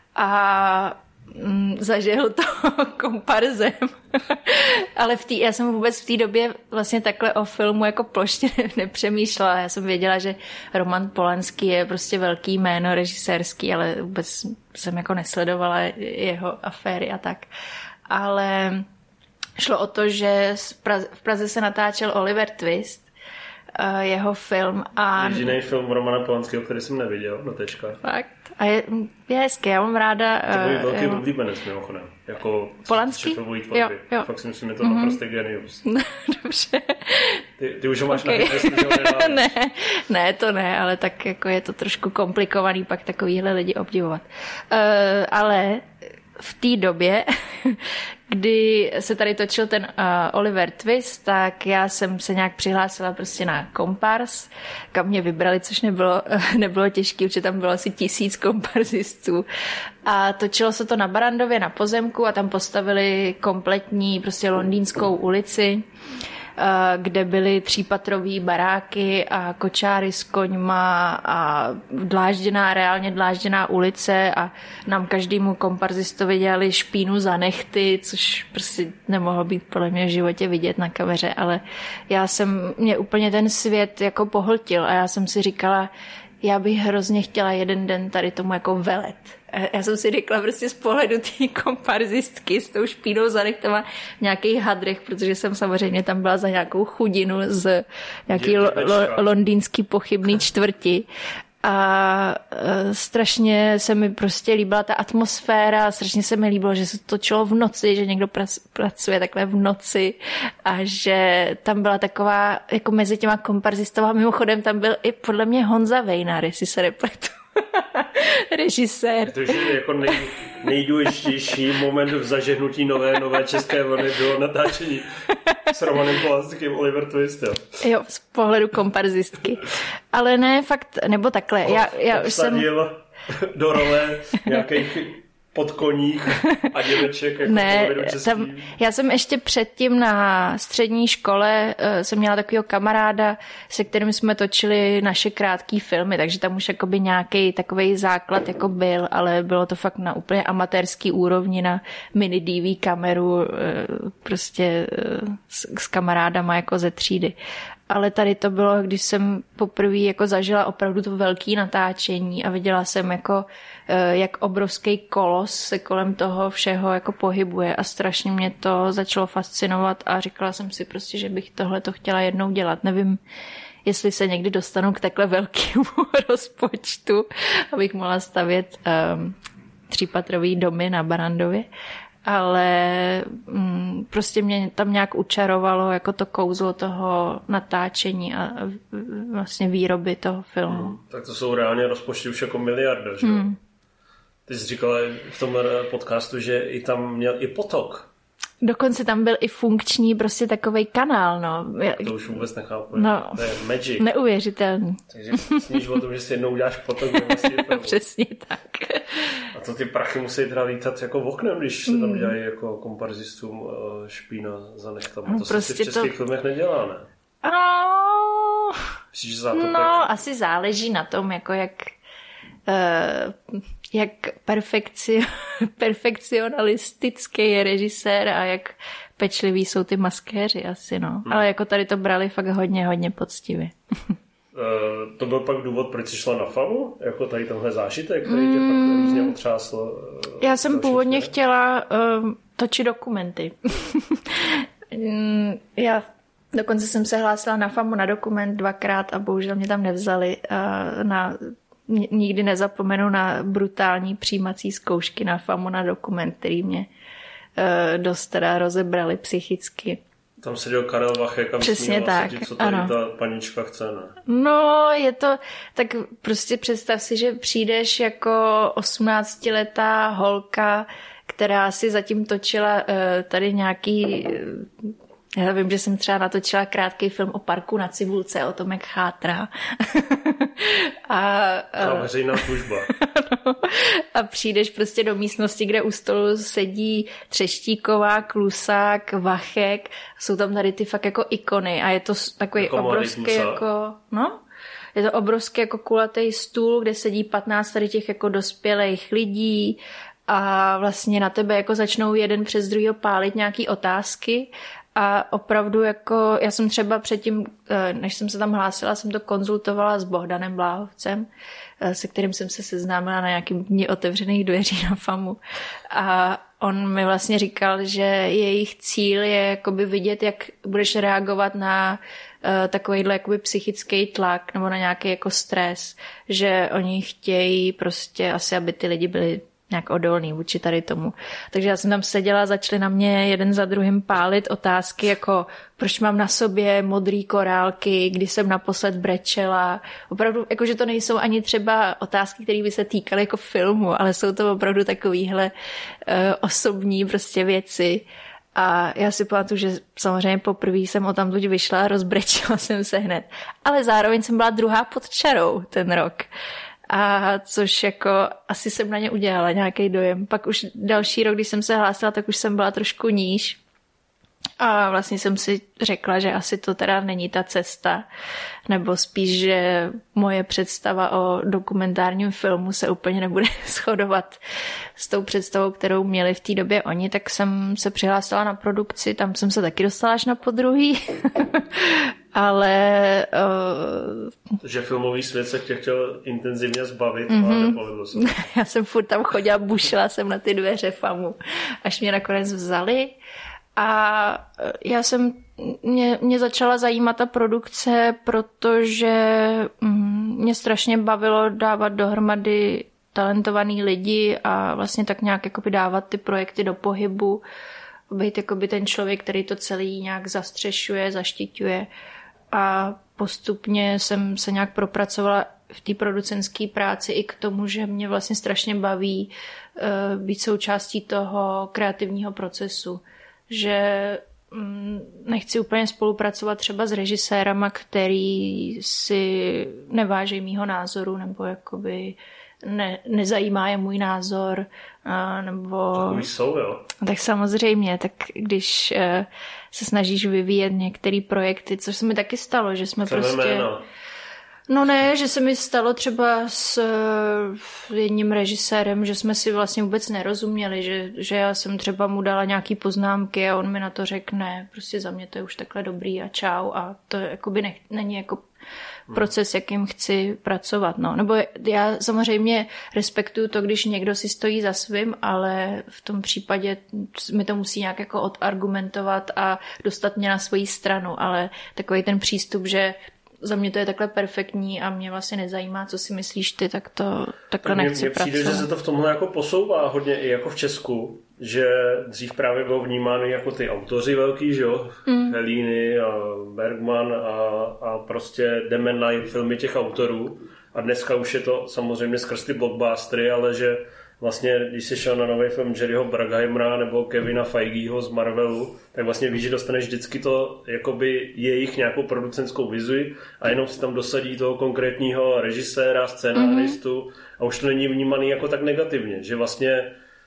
A mm, zažil to komparzem. Ale v tý, já jsem vůbec v té době vlastně takhle o filmu jako plošně nepřemýšlela. Já jsem věděla, že Roman Polanský je prostě velký jméno režisérský, ale vůbec jsem jako nesledovala jeho aféry a tak. Ale šlo o to, že v Praze se natáčel Oliver Twist, jeho film. A... Jediný film Romana Polanského, který jsem neviděl, no tečka. Fakt. A je, je hezké, já mám ráda... To byl velký jeho... oblíbenec mimochodem. Jako Polanský? Jo, jo. Fakt si myslím, je to mm-hmm. naprosto genius. Dobře. Ty, ty už ho máš okay. na hvězdě, že ho nedáváš. Ne, ne, to ne, ale tak jako je to trošku komplikovaný pak takovýhle lidi obdivovat. Uh, ale v té době, kdy se tady točil ten uh, Oliver Twist, tak já jsem se nějak přihlásila prostě na kompars, kam mě vybrali, což nebylo, nebylo těžké, protože tam bylo asi tisíc komparzistů. A točilo se to na Barandově na pozemku a tam postavili kompletní prostě londýnskou ulici, kde byly třípatrový baráky a kočáry s koňma a dlážděná, reálně dlážděná ulice a nám každému komparzistovi dělali špínu za nechty, což prostě nemohlo být podle mě v životě vidět na kameře, ale já jsem, mě úplně ten svět jako pohltil a já jsem si říkala, já bych hrozně chtěla jeden den tady tomu jako velet. Já jsem si řekla prostě z pohledu té komparzistky s tou špínou za nechtama v nějakých hadrech, protože jsem samozřejmě tam byla za nějakou chudinu z nějaký lo, lo, londýnský pochybný čtvrti. A e, strašně se mi prostě líbila ta atmosféra, strašně se mi líbilo, že se to točilo v noci, že někdo prac, pracuje takhle v noci a že tam byla taková, jako mezi těma komparzistama, mimochodem tam byl i podle mě Honza Vejnar, jestli se nepletu. Režisér. To je jako nej, nejdůležitější moment v zažehnutí nové, nové české vlny bylo natáčení s Romanem Polanským Oliver Twist, jo. Jo, z pohledu komparzistky. Ale ne, fakt, nebo takle. Já, já už jsem... do role nějakých pod koních a děveček jako ne, tam, já jsem ještě předtím na střední škole uh, jsem měla takového kamaráda, se kterým jsme točili naše krátké filmy, takže tam už jakoby nějaký takovej základ jako byl, ale bylo to fakt na úplně amatérský úrovni na mini D V kameru uh, prostě uh, s, s kamarádama jako ze třídy. Ale tady to bylo, když jsem poprvé jako zažila opravdu to velké natáčení a viděla jsem jako, jak obrovský kolos se kolem toho všeho jako pohybuje a strašně mě to začalo fascinovat a říkala jsem si prostě, že bych tohle to chtěla jednou dělat. Nevím, jestli se někdy dostanu k takhle velkému rozpočtu, abych mohla stavět um, třípatrový domy na Barrandově. Ale mm, prostě mě tam nějak učarovalo jako to kouzlo toho natáčení a vlastně výroby toho filmu. Hmm, tak to jsou reálně rozpočty už jako miliarda, že jo? Hmm. Ty jsi říkala v tom podcastu, že i tam měl i potok. Dokonce tam byl i funkční prostě takovej kanál, no. To už vůbec nechápu. No, to je magic. Neuvěřitelný. Takže sníš o tom, že si jednou uděláš potok do vlastně filmu. Přesně tak. A to ty prachy musí teda lítat jako v oknem, když se tam dělají jako komparzistům špína za nechtama. To prostě se v českých to... filmech nedělá, ne? No, Myslíš, že za to no tak... asi záleží na tom, jako jak... Uh, jak perfekci, perfekcionalistický je režisér a jak pečliví jsou ty maskéři asi, no. Hmm. Ale jako tady to brali fakt hodně, hodně poctivě. uh, to byl pak důvod, proč jsi šla na FAMu? Jako tady tenhle zážitek, který tě hmm. pak různě otřásl? Uh, Já jsem původně chvíle? chtěla uh, točit dokumenty. Já dokonce jsem se hlásila na FAMu na dokument dvakrát a bohužel mě tam nevzali uh, na... Nikdy nezapomenu na brutální přijímací zkoušky na FAMu na dokument, který mě uh, dost teda rozebrali psychicky. Tam seděl Karel Vachek a přesně tak, sedí, co tady ano. Ta panička chce, ne? No, je to, tak prostě představ si, že přijdeš jako osmnáctiletá holka, která si zatím točila uh, tady nějaký... Uh, Já vím, že jsem třeba natočila krátký film o parku na Cibulce, o tom, jak chátrá. a, a veřejná služba. No, a přijdeš prostě do místnosti, kde u stolu sedí Třeštíková, Klusák, Vachek. Jsou tam tady ty fakt jako ikony a je to takový jako obrovský jako... No, je to obrovský jako kulatý stůl, kde sedí patnáct tady těch jako dospělých lidí a vlastně na tebe jako začnou jeden přes druhýho pálit nějaký otázky. A opravdu jako, já jsem třeba předtím, než jsem se tam hlásila, jsem to konzultovala s Bohdanem Bláhovcem, se kterým jsem se seznámila na nějakým dní otevřených dveří na FAMu. A on mi vlastně říkal, že jejich cíl je jakoby vidět, jak budeš reagovat na takovýhle jakoby psychický tlak nebo na nějaký jako stres, že oni chtějí prostě asi, aby ty lidi byli nějak odolný vůči tady tomu. Takže já jsem tam seděla, začali na mě jeden za druhým pálit otázky, jako proč mám na sobě modrý korálky, kdy jsem naposled brečela. Opravdu, jakože to nejsou ani třeba otázky, které by se týkaly jako filmu, ale jsou to opravdu takovýhle uh, osobní prostě věci. A já si pamatuju, že samozřejmě poprvé jsem o tamtud vyšla a rozbrečela jsem se hned. Ale zároveň jsem byla druhá pod čarou ten rok. A což jako asi jsem na ně udělala nějaký dojem. Pak už další rok, když jsem se hlásila, tak už jsem byla trošku níž. A vlastně jsem si řekla, že asi to teda není ta cesta. Nebo spíš, že moje představa o dokumentárním filmu se úplně nebude shodovat s tou představou, kterou měli v té době oni. Tak jsem se přihlásila na produkci, tam jsem se taky dostala až na podruhý. Ale... Uh... Že filmový svět se tě chtěl intenzivně zbavit, mm-hmm. ale nepovedlo se. Já jsem furt tam chodila, bušila jsem na ty dveře FAMu, až mě nakonec vzali. A já jsem, mě, mě začala zajímat ta produkce, protože mě strašně bavilo dávat dohromady talentovaný lidi a vlastně tak nějak jakoby dávat ty projekty do pohybu, být jakoby ten člověk, který to celý nějak zastřešuje, zaštiťuje. A postupně jsem se nějak propracovala v té producentské práci i k tomu, že mě vlastně strašně baví uh, být součástí toho kreativního procesu. Že um, nechci úplně spolupracovat třeba s režisérama, který si nevážejí mýho názoru nebo jakoby ne, nezajímá je můj názor, a, nebo... Takový jsou, jo. Tak samozřejmě, tak když uh, se snažíš vyvíjet některé projekty, což se mi taky stalo, že jsme Chceme prostě... Jméno. No ne, že se mi stalo třeba s jedním režisérem, že jsme si vlastně vůbec nerozuměli, že, že já jsem třeba mu dala nějaký poznámky a on mi na to řekl, ne, prostě za mě to je už takhle dobrý a čau a to jakoby ne, není jako proces, jakým chci pracovat. No. Nebo já samozřejmě respektuju to, když někdo si stojí za svým, ale v tom případě mi to musí nějak jako odargumentovat a dostat mě na svoji stranu, ale takový ten přístup, že za mě to je takhle perfektní a mě vlastně nezajímá, co si myslíš ty, tak to takhle tak nechci mě pracovat. Mně přijde, že se to v tomhle jako posouvá hodně i jako v Česku, že dřív právě bylo vnímány jako ty autoři velký, že jo? Mm. Fellini a Bergman a, a prostě jdeme na filmy těch autorů a dneska už je to samozřejmě skrz ty blockbustery, ale že vlastně, když jsi šel na nový film Jerryho Bruckheimera nebo Kevina Feigeho z Marvelu, tak vlastně víš, že dostaneš vždycky to jakoby jejich nějakou producentskou vizi a jenom si tam dosadí toho konkrétního režiséra, scénáristu mm-hmm. a už to není vnímaný jako tak negativně, že vlastně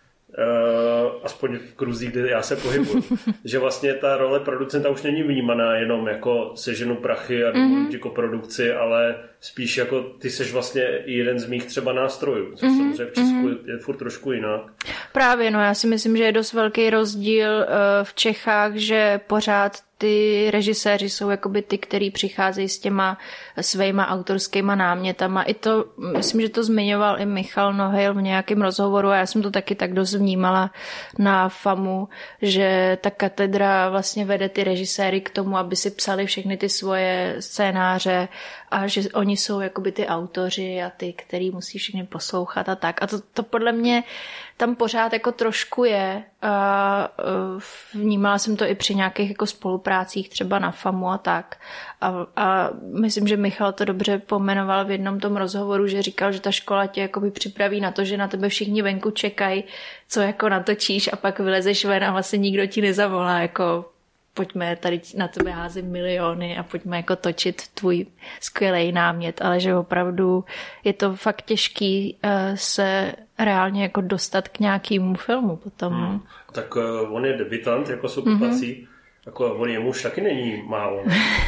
Uh, aspoň v kruzích, kde já se pohybuji, že vlastně ta role producenta už není vnímaná jenom jako seženu prachy a mm-hmm. jako produkci, ale spíš jako ty seš vlastně jeden z mých třeba nástrojů, což mm-hmm. samozřejmě v Česku mm-hmm. je furt trošku jinak. Právě, no já si myslím, že je dost velký rozdíl uh, v Čechách, že pořád ty režiséři jsou jakoby ty, který přicházejí s těma svýma autorskýma námětama. I to, myslím, že to zmiňoval i Michal Nohejl v nějakém rozhovoru a já jsem to taky tak dost vnímala na FAMu, že ta katedra vlastně vede ty režiséry k tomu, aby si psali všechny ty svoje scénáře a že oni jsou jakoby ty autoři a ty, který musí všechny poslouchat a tak. A to, to podle mě tam pořád jako trošku je. A vnímala jsem to i při nějakých jako spoluprácích třeba na FAMu a tak. A, a myslím, že Michal to dobře pomenoval v jednom tom rozhovoru, že říkal, že ta škola tě jakoby připraví na to, že na tebe všichni venku čekají, co jako natočíš a pak vylezeš ven a vlastně nikdo ti nezavolá, jako pojďme tady na tebe házet miliony a pojďme jako točit tvůj skvělej námět, ale že opravdu je to fakt těžký uh, se reálně jako dostat k nějakému filmu potom. Hmm. Tak uh, on je debutant, jako jsou popací, mm-hmm. jako on jemu už taky není málo.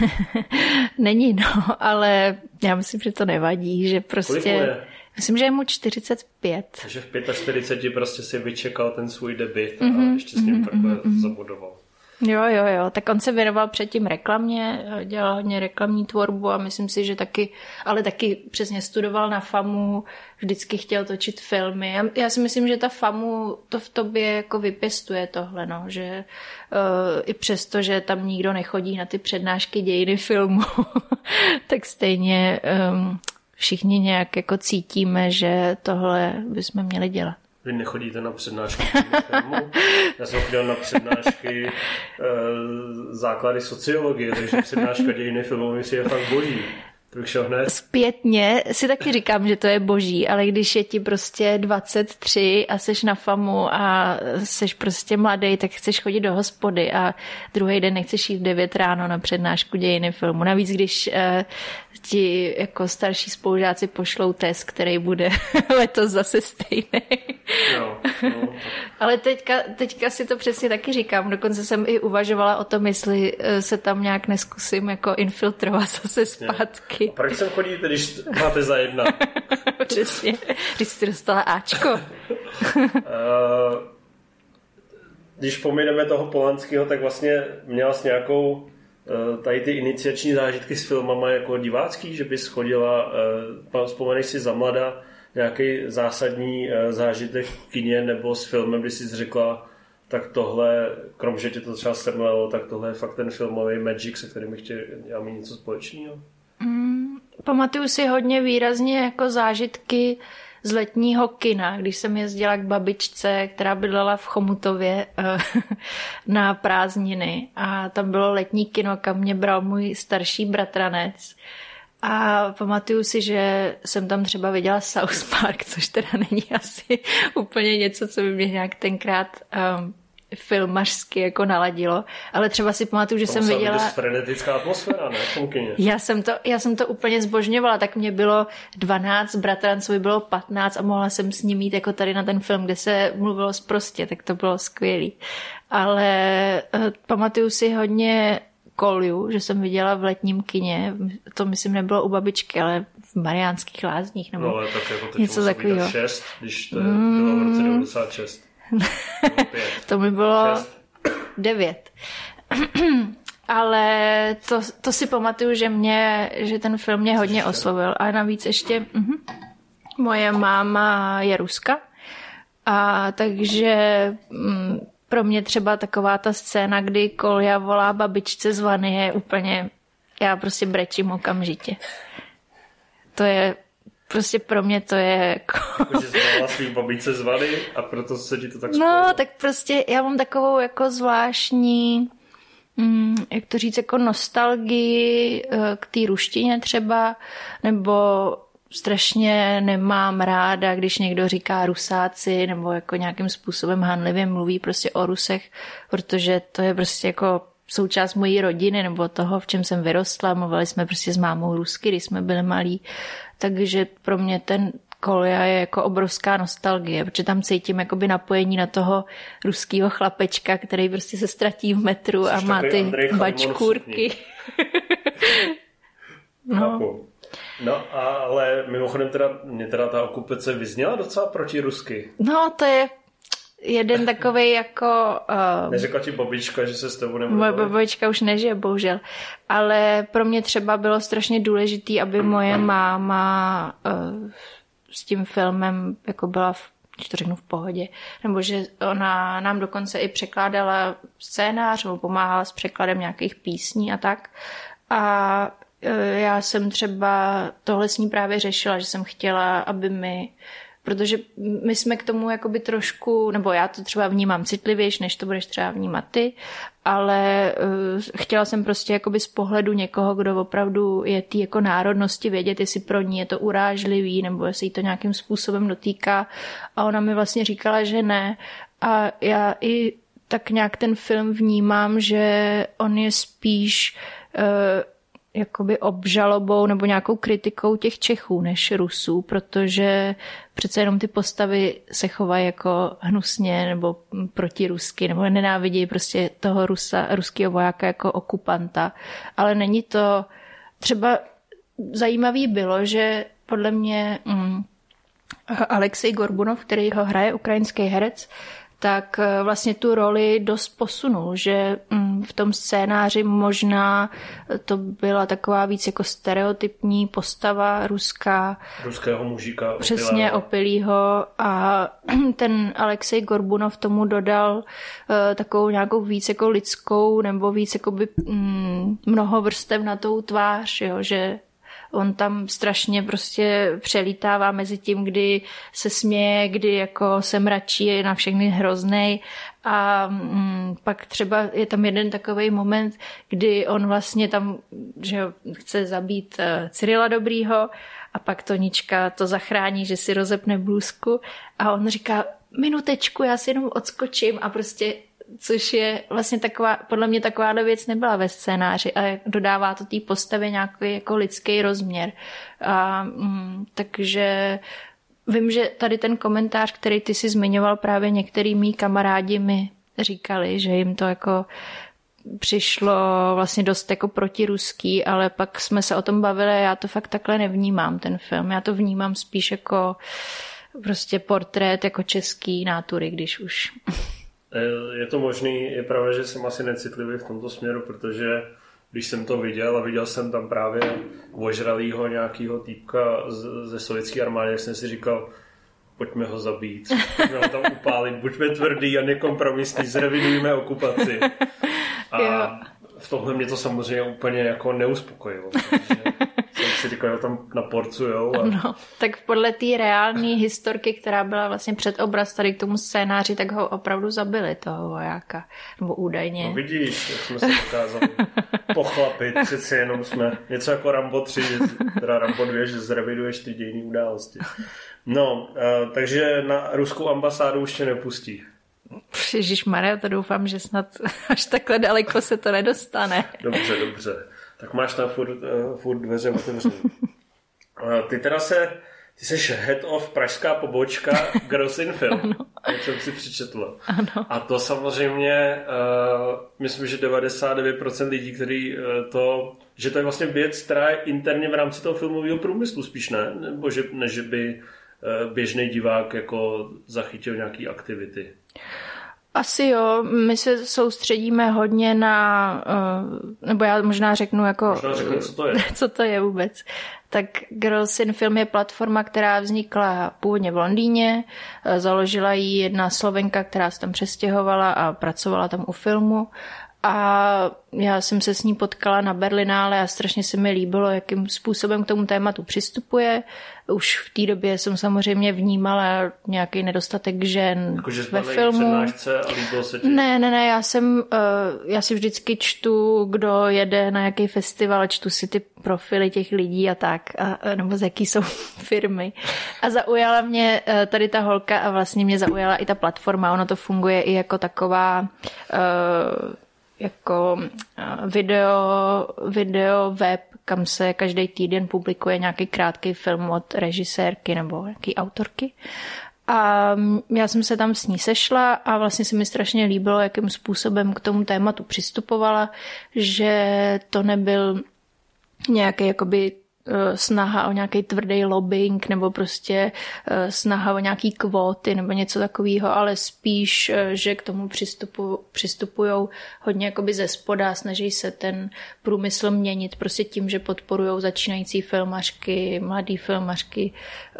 Není, no, ale já myslím, že to nevadí, že prostě... Kolik mu je? Myslím, že je mu čtyřicet pět. Takže v čtyřiceti pěti prostě si vyčekal ten svůj debut a mm-hmm, ještě s ním mm-hmm, takhle mm-hmm. zabudoval. Jo, jo, jo. Tak on se věnoval předtím reklamě, dělal hodně reklamní tvorbu a myslím si, že taky, ale taky přesně studoval na FAMu, vždycky chtěl točit filmy. Já, já si myslím, že ta FAMu to v tobě jako vypěstuje tohle, no, že uh, i přesto, že tam nikdo nechodí na ty přednášky dějiny filmu, tak stejně um, všichni nějak jako cítíme, že tohle bychom měli dělat. Vy nechodíte na přednášky filmu? Já jsem chodil na přednášky e, základy sociologie, takže přednáška dějiny filmu si je fakt boží. Zpětně si taky říkám, že to je boží, ale když je ti prostě dvacet tři a seš na FAMu a seš prostě mladý, tak chceš chodit do hospody a druhý den nechceš jít v devět ráno na přednášku dějiny filmu. Navíc, když eh, ti jako starší spolužáci pošlou test, který bude letos zase stejný. No, no. Ale teďka, teďka si to přesně taky říkám. Dokonce jsem i uvažovala o tom, jestli se tam nějak neskusím jako infiltrovat zase zpátky. A proč sem chodíte, když máte za jedna? Přesně. Když jsi dostala Ačko. Když pomineme toho Polanského, tak vlastně měla jsi nějakou tady ty iniciační zážitky s filmama jako divácký, že bys chodila, vzpomeneš si za mlada, nějaký zásadní zážitek v kině nebo s filmem, kdy jsi řekla, tak tohle, krom že tě to třeba semlelo, tak tohle je fakt ten filmový magic, se kterým chtěl mít něco společného? Mm, pamatuju si hodně výrazně jako zážitky z letního kina, když jsem jezdila k babičce, která bydlela v Chomutově na prázdniny a tam bylo letní kino, kam mě bral můj starší bratranec. A pamatuju si, že jsem tam třeba viděla South Park, což teda není asi úplně něco, co by mě nějak tenkrát um, filmařsky jako naladilo, ale třeba si pamatuju, že to jsem viděla... To frenetická atmosféra, ne? Já jsem, to, já jsem to úplně zbožňovala, tak mě bylo dvanáct, bratrancovi bylo patnáct a mohla jsem s ním jít jako tady na ten film, kde se mluvilo sprostě, tak to bylo skvělý. Ale uh, pamatuju si hodně Kolju, že jsem viděla v letním kině, to myslím nebylo u babičky, ale v Mariánských Lázních, nebo no, ale tak jako teď něco takového. šest, když to mm. bylo v roce devadesát šest. To mi bylo devět. Ale to, to si pamatuju, že mě, že ten film mě hodně oslovil. A navíc ještě uh-huh, moje máma je Ruska. A takže um, pro mě třeba taková ta scéna, kdy Kolja volá babičce z vany, je úplně, já prostě brečím okamžitě. To je Prostě pro mě to je jako... Že jsi volala svých babičce z vany a proto se ti to tak spojilo. No, tak prostě já mám takovou jako zvláštní, mm, jak to říct, jako nostalgii k té ruštině třeba, nebo strašně nemám ráda, když někdo říká Rusáci, nebo jako nějakým způsobem hanlivě mluví prostě o Rusech, protože to je prostě jako součást mojí rodiny, nebo toho, v čem jsem vyrostla. Mluvili jsme prostě s mámou rusky, když jsme byli malí. Takže pro mě ten Kolja je jako obrovská nostalgie, protože tam cítím jakoby napojení na toho ruskýho chlapečka, který prostě se ztratí v metru. Jsi a má ty bačkůrky. No. No, ale mimochodem teda, mě teda ta okupace vyzněla docela protirusky. No, to je jeden takovej jako... Uh, Neřekla ti babička, že se s tebou nebude? Moje babička už nežije, bohužel. Ale pro mě třeba bylo strašně důležitý, aby moje máma uh, s tím filmem jako byla, v, když to řeknu, v pohodě. Nebo že ona nám dokonce i překládala scénář, nebo pomáhala s překladem nějakých písní a tak. A uh, já jsem třeba tohle s ní právě řešila, že jsem chtěla, aby mi... Protože my jsme k tomu jakoby trošku, nebo já to třeba vnímám citlivějš, než to budeš třeba vnímat ty, ale uh, chtěla jsem prostě jakoby z pohledu někoho, kdo opravdu je té jako národnosti, vědět, jestli pro ní je to urážlivý, nebo jestli jí to nějakým způsobem dotýká. A ona mi vlastně říkala, že ne. A já i tak nějak ten film vnímám, že on je spíš... Uh, jakoby obžalobou nebo nějakou kritikou těch Čechů než Rusů, protože přece jenom ty postavy se chovají jako hnusně nebo protirusky, nebo nenávidějí prostě toho Rusa, ruského vojáka jako okupanta. Ale není to... Třeba zajímavý bylo, že podle mě mm, Alexej Gorbunov, který ho hraje, ukrajinský herec, tak vlastně tu roli dost posunul, že v tom scénáři možná to byla taková víc jako stereotypní postava ruská. Ruského mužíka. Přesně, opilýho. A ten Alexej Gorbunov tomu dodal takovou nějakou víc jako lidskou nebo víc jako by mnoho vrstev na tou tvář, jo, že on tam strašně prostě přelítává mezi tím, kdy se směje, kdy jako se mračí, je na všechny hroznej. A mm, pak třeba je tam jeden takovej moment, kdy on vlastně tam, že chce zabít uh, Cyrila Dobrýho a pak Tonička to zachrání, že si rozepne blůzku a on říká, minutečku, já si jenom odskočím a prostě což je vlastně taková, podle mě takováhle věc nebyla ve scénáři a dodává to té postavě nějaký jako lidský rozměr. A, mm, takže vím, že tady ten komentář, který ty si zmiňoval, právě některý mý kamarádi mi říkali, že jim to jako přišlo vlastně dost jako protiruský, ale pak jsme se o tom bavili a já to fakt takhle nevnímám, ten film. Já to vnímám spíš jako prostě portrét jako český nátury, když už... Je to možný, je pravda, že jsem asi necitlivý v tomto směru, protože když jsem to viděl a viděl jsem tam právě ožralýho nějakýho týpka ze sovětské armády, jak jsem si říkal, pojďme ho zabít, pojďme ho tam upálit, buďme tvrdý a nekompromisní, zrevidujme okupaci. A v tomhle mě to samozřejmě úplně jako neuspokojilo, protože jsem si říkal, že ho tam naporcujou. A... No, tak podle té reální historky, která byla vlastně před obraz tady k tomu scénáři, tak ho opravdu zabili, toho vojáka, nebo údajně. No vidíš, jak jsme se dokázali pochlapit, přeci jenom jsme něco jako Rambo tři, teda Rambo dva, že zreviduješ ty dějinné události. No, takže na ruskou ambasádu už tě nepustí. Ježišmarja, to doufám, že snad až takhle daleko se to nedostane. Dobře, dobře. Tak máš tam furt, uh, furt dveře otevřené. Uh, ty teda se, ty jsi head of pražská pobočka Girls in Film, jak jsem si přečetla. Ano. A to samozřejmě, uh, myslím, že devadesát devět procent lidí, který uh, to, že to je vlastně věc, která je interně v rámci toho filmového průmyslu spíš, ne? Nebo že, než že by uh, běžný divák jako zachytil nějaký aktivity. Asi jo, my se soustředíme hodně na, nebo já možná řeknu jako... Možná řeknu, co to je. Co to je vůbec. Tak Girls in Film je platforma, která vznikla původně v Londýně. Založila ji jedna Slovenka, která se tam přestěhovala a pracovala tam u filmu. A já jsem se s ní potkala na Berlinále a strašně se mi líbilo, jakým způsobem k tomu tématu přistupuje. Už v té době jsem samozřejmě vnímala nějaký nedostatek žen jako, ve filmu. A líbilo se ti? Ne, ne, ne, já jsem, já si vždycky čtu, kdo jede na jaký festival, čtu si ty profily těch lidí a tak, a, nebo z jaký jsou firmy. A zaujala mě tady ta holka a vlastně mě zaujala i ta platforma. Ono to funguje i jako taková... jako video, video web, kam se každý týden publikuje nějaký krátký film od režisérky nebo nějaký autorky. A já jsem se tam s ní sešla a vlastně se mi strašně líbilo, jakým způsobem k tomu tématu přistupovala, že to nebyl nějaký jakoby snaha o nějaký tvrdý lobbying nebo prostě snaha o nějaký kvóty nebo něco takového, ale spíš, že k tomu přistupu, přistupujou hodně jakoby ze spoda, snaží se ten průmysl měnit prostě tím, že podporujou začínající filmařky, mladý filmařky,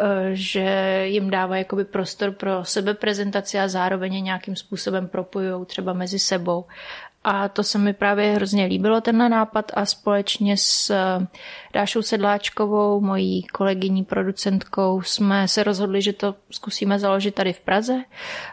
že jim dávají jakoby prostor pro sebeprezentaci a zároveň je nějakým způsobem propojujou třeba mezi sebou. A to se mi právě hrozně líbilo, tenhle nápad, a společně s Dášou Sedláčkovou, mojí kolegyní producentkou, jsme se rozhodli, že to zkusíme založit tady v Praze.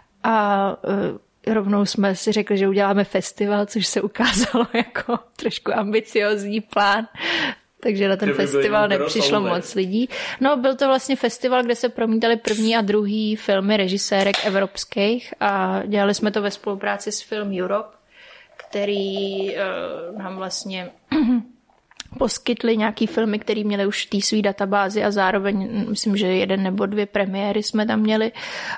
A rovnou jsme si řekli, že uděláme festival, což se ukázalo jako trošku ambiciozní plán. Takže na ten festival nepřišlo moc lidí. No, byl to vlastně festival, kde se promítaly první a druhý filmy režisérek evropských a dělali jsme to ve spolupráci s Film Europe, který uh, nám vlastně poskytli nějaký filmy, které měly už v té své databázi a zároveň myslím, že jeden nebo dvě premiéry jsme tam měli,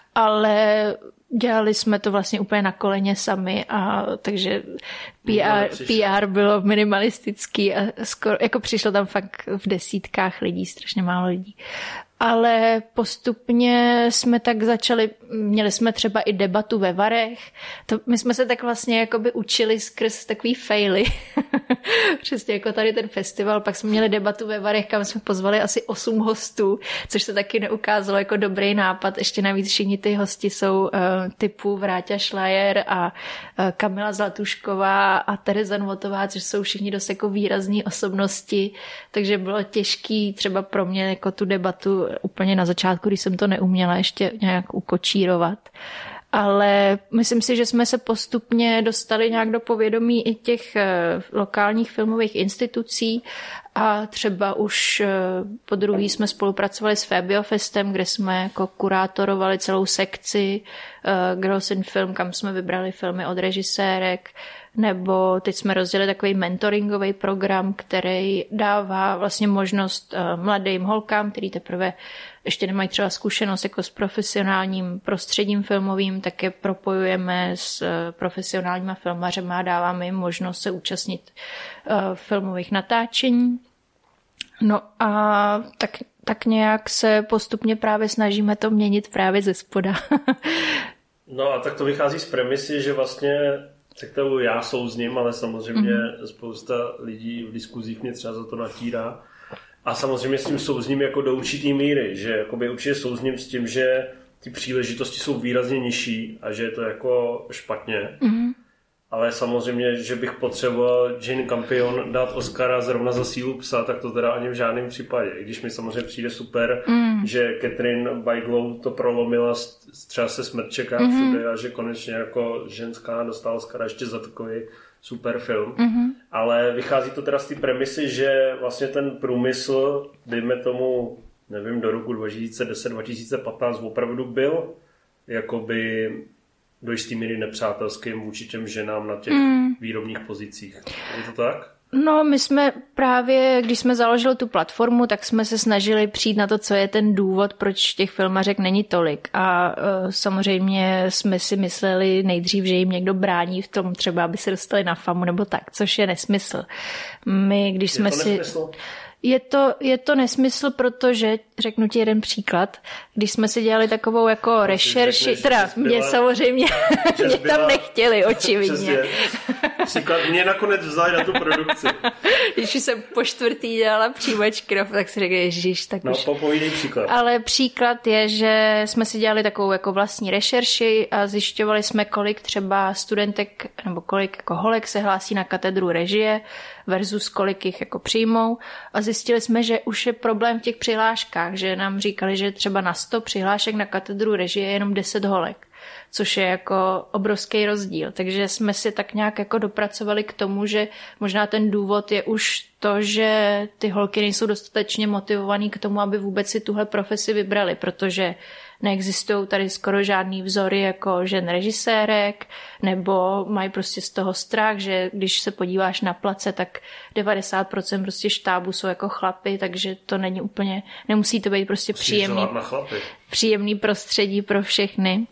ale dělali jsme to vlastně úplně na koleně sami, a takže P R, P R bylo minimalistický a skoro, jako přišlo tam fakt v desítkách lidí, strašně málo lidí. Ale postupně jsme tak začali, měli jsme třeba i debatu ve Varech. To, my jsme se tak vlastně jakoby učili skrz takový faily. Přesně jako tady ten festival. Pak jsme měli debatu ve Varech, kam jsme pozvali asi osm hostů, což se taky neukázalo jako dobrý nápad. Ještě navíc všichni ty hosti jsou uh, typu Vráťa Šlajer a uh, Kamila Zlatušková a Tereza Nvotová, což jsou všichni dost jako výrazný osobnosti. Takže bylo těžký třeba pro mě jako tu debatu úplně na začátku, když jsem to neuměla ještě nějak ukočírovat. Ale myslím si, že jsme se postupně dostali nějak do povědomí i těch lokálních filmových institucí a třeba už po druhý jsme spolupracovali s Fabiofestem, kde jsme jako kurátorovali celou sekci Girls in Film, kam jsme vybrali filmy od režisérek, nebo teď jsme rozdělili takový mentoringový program, který dává vlastně možnost mladým holkám, který teprve ještě nemají třeba zkušenost jako s profesionálním prostředím filmovým, tak je propojujeme s profesionálníma filmařema a dáváme jim možnost se účastnit filmových natáčení. No a tak, tak nějak se postupně právě snažíme to měnit právě ze spoda. No a tak to vychází z premisy, že vlastně se kterou já souzním, ale samozřejmě mm-hmm. spousta lidí v diskuzích mě třeba za to natírá. A samozřejmě s tím souzním jako do určitý míry, že jakoby určitě souzním s tím, že ty příležitosti jsou výrazně nižší a že je to jako špatně. Mm-hmm. Ale samozřejmě, že bych potřeboval Jane Campion dát Oscara zrovna za Sílu psa, tak to teda ani v žádném případě. I když mi samozřejmě přijde super, mm. že Catherine Bigelow to prolomila třeba se Smrčeká mm-hmm. všude a že konečně jako ženská dostala Oscara ještě za takový super film. Mm-hmm. Ale vychází to teda z té premisy, že vlastně ten průmysl, dejme tomu, nevím, do roku dva tisíce deset dva tisíce patnáct opravdu byl jakoby do jistý míry nepřátelským vůči těm ženám na těch mm. výrobních pozicích. Je to tak? No, my jsme právě, když jsme založili tu platformu, tak jsme se snažili přijít na to, co je ten důvod, proč těch filmařek není tolik. A uh, samozřejmě jsme si mysleli nejdřív, že jim někdo brání v tom třeba, aby se dostali na famu nebo tak, což je nesmysl. My, když je jsme to si... nesmysl? Je to, je to nesmysl, protože, řeknu ti jeden příklad, když jsme si dělali takovou jako rešerši, teda mě byla, samozřejmě, mě byla, tam nechtěli, očividně. Příklad, mě nakonec vzali na tu produkci. Když jsem po čtvrtý dělala přijímačky, tak si řekl, ježiš, tak no, už. No, popovídej příklad. Ale příklad je, že jsme si dělali takovou jako vlastní rešerši a zjišťovali jsme, kolik třeba studentek, nebo kolik jako holek se hlásí na katedru režie versus kolik jich jako přijmou a zjistili jsme, že už je problém v těch přihláškách, že nám říkali, že třeba na sto přihlášek na katedru režie je jenom deset holek, což je jako obrovský rozdíl. Takže jsme si tak nějak jako dopracovali k tomu, že možná ten důvod je už to, že ty holky nejsou dostatečně motivovaný k tomu, aby vůbec si tuhle profesi vybrali, protože neexistují tady skoro žádný vzory jako žen režisérek, nebo mají prostě z toho strach, že když se podíváš na place, tak devadesát procent prostě štábu jsou jako chlapy, takže to není úplně, nemusí to být prostě příjemný, příjemný prostředí pro všechny.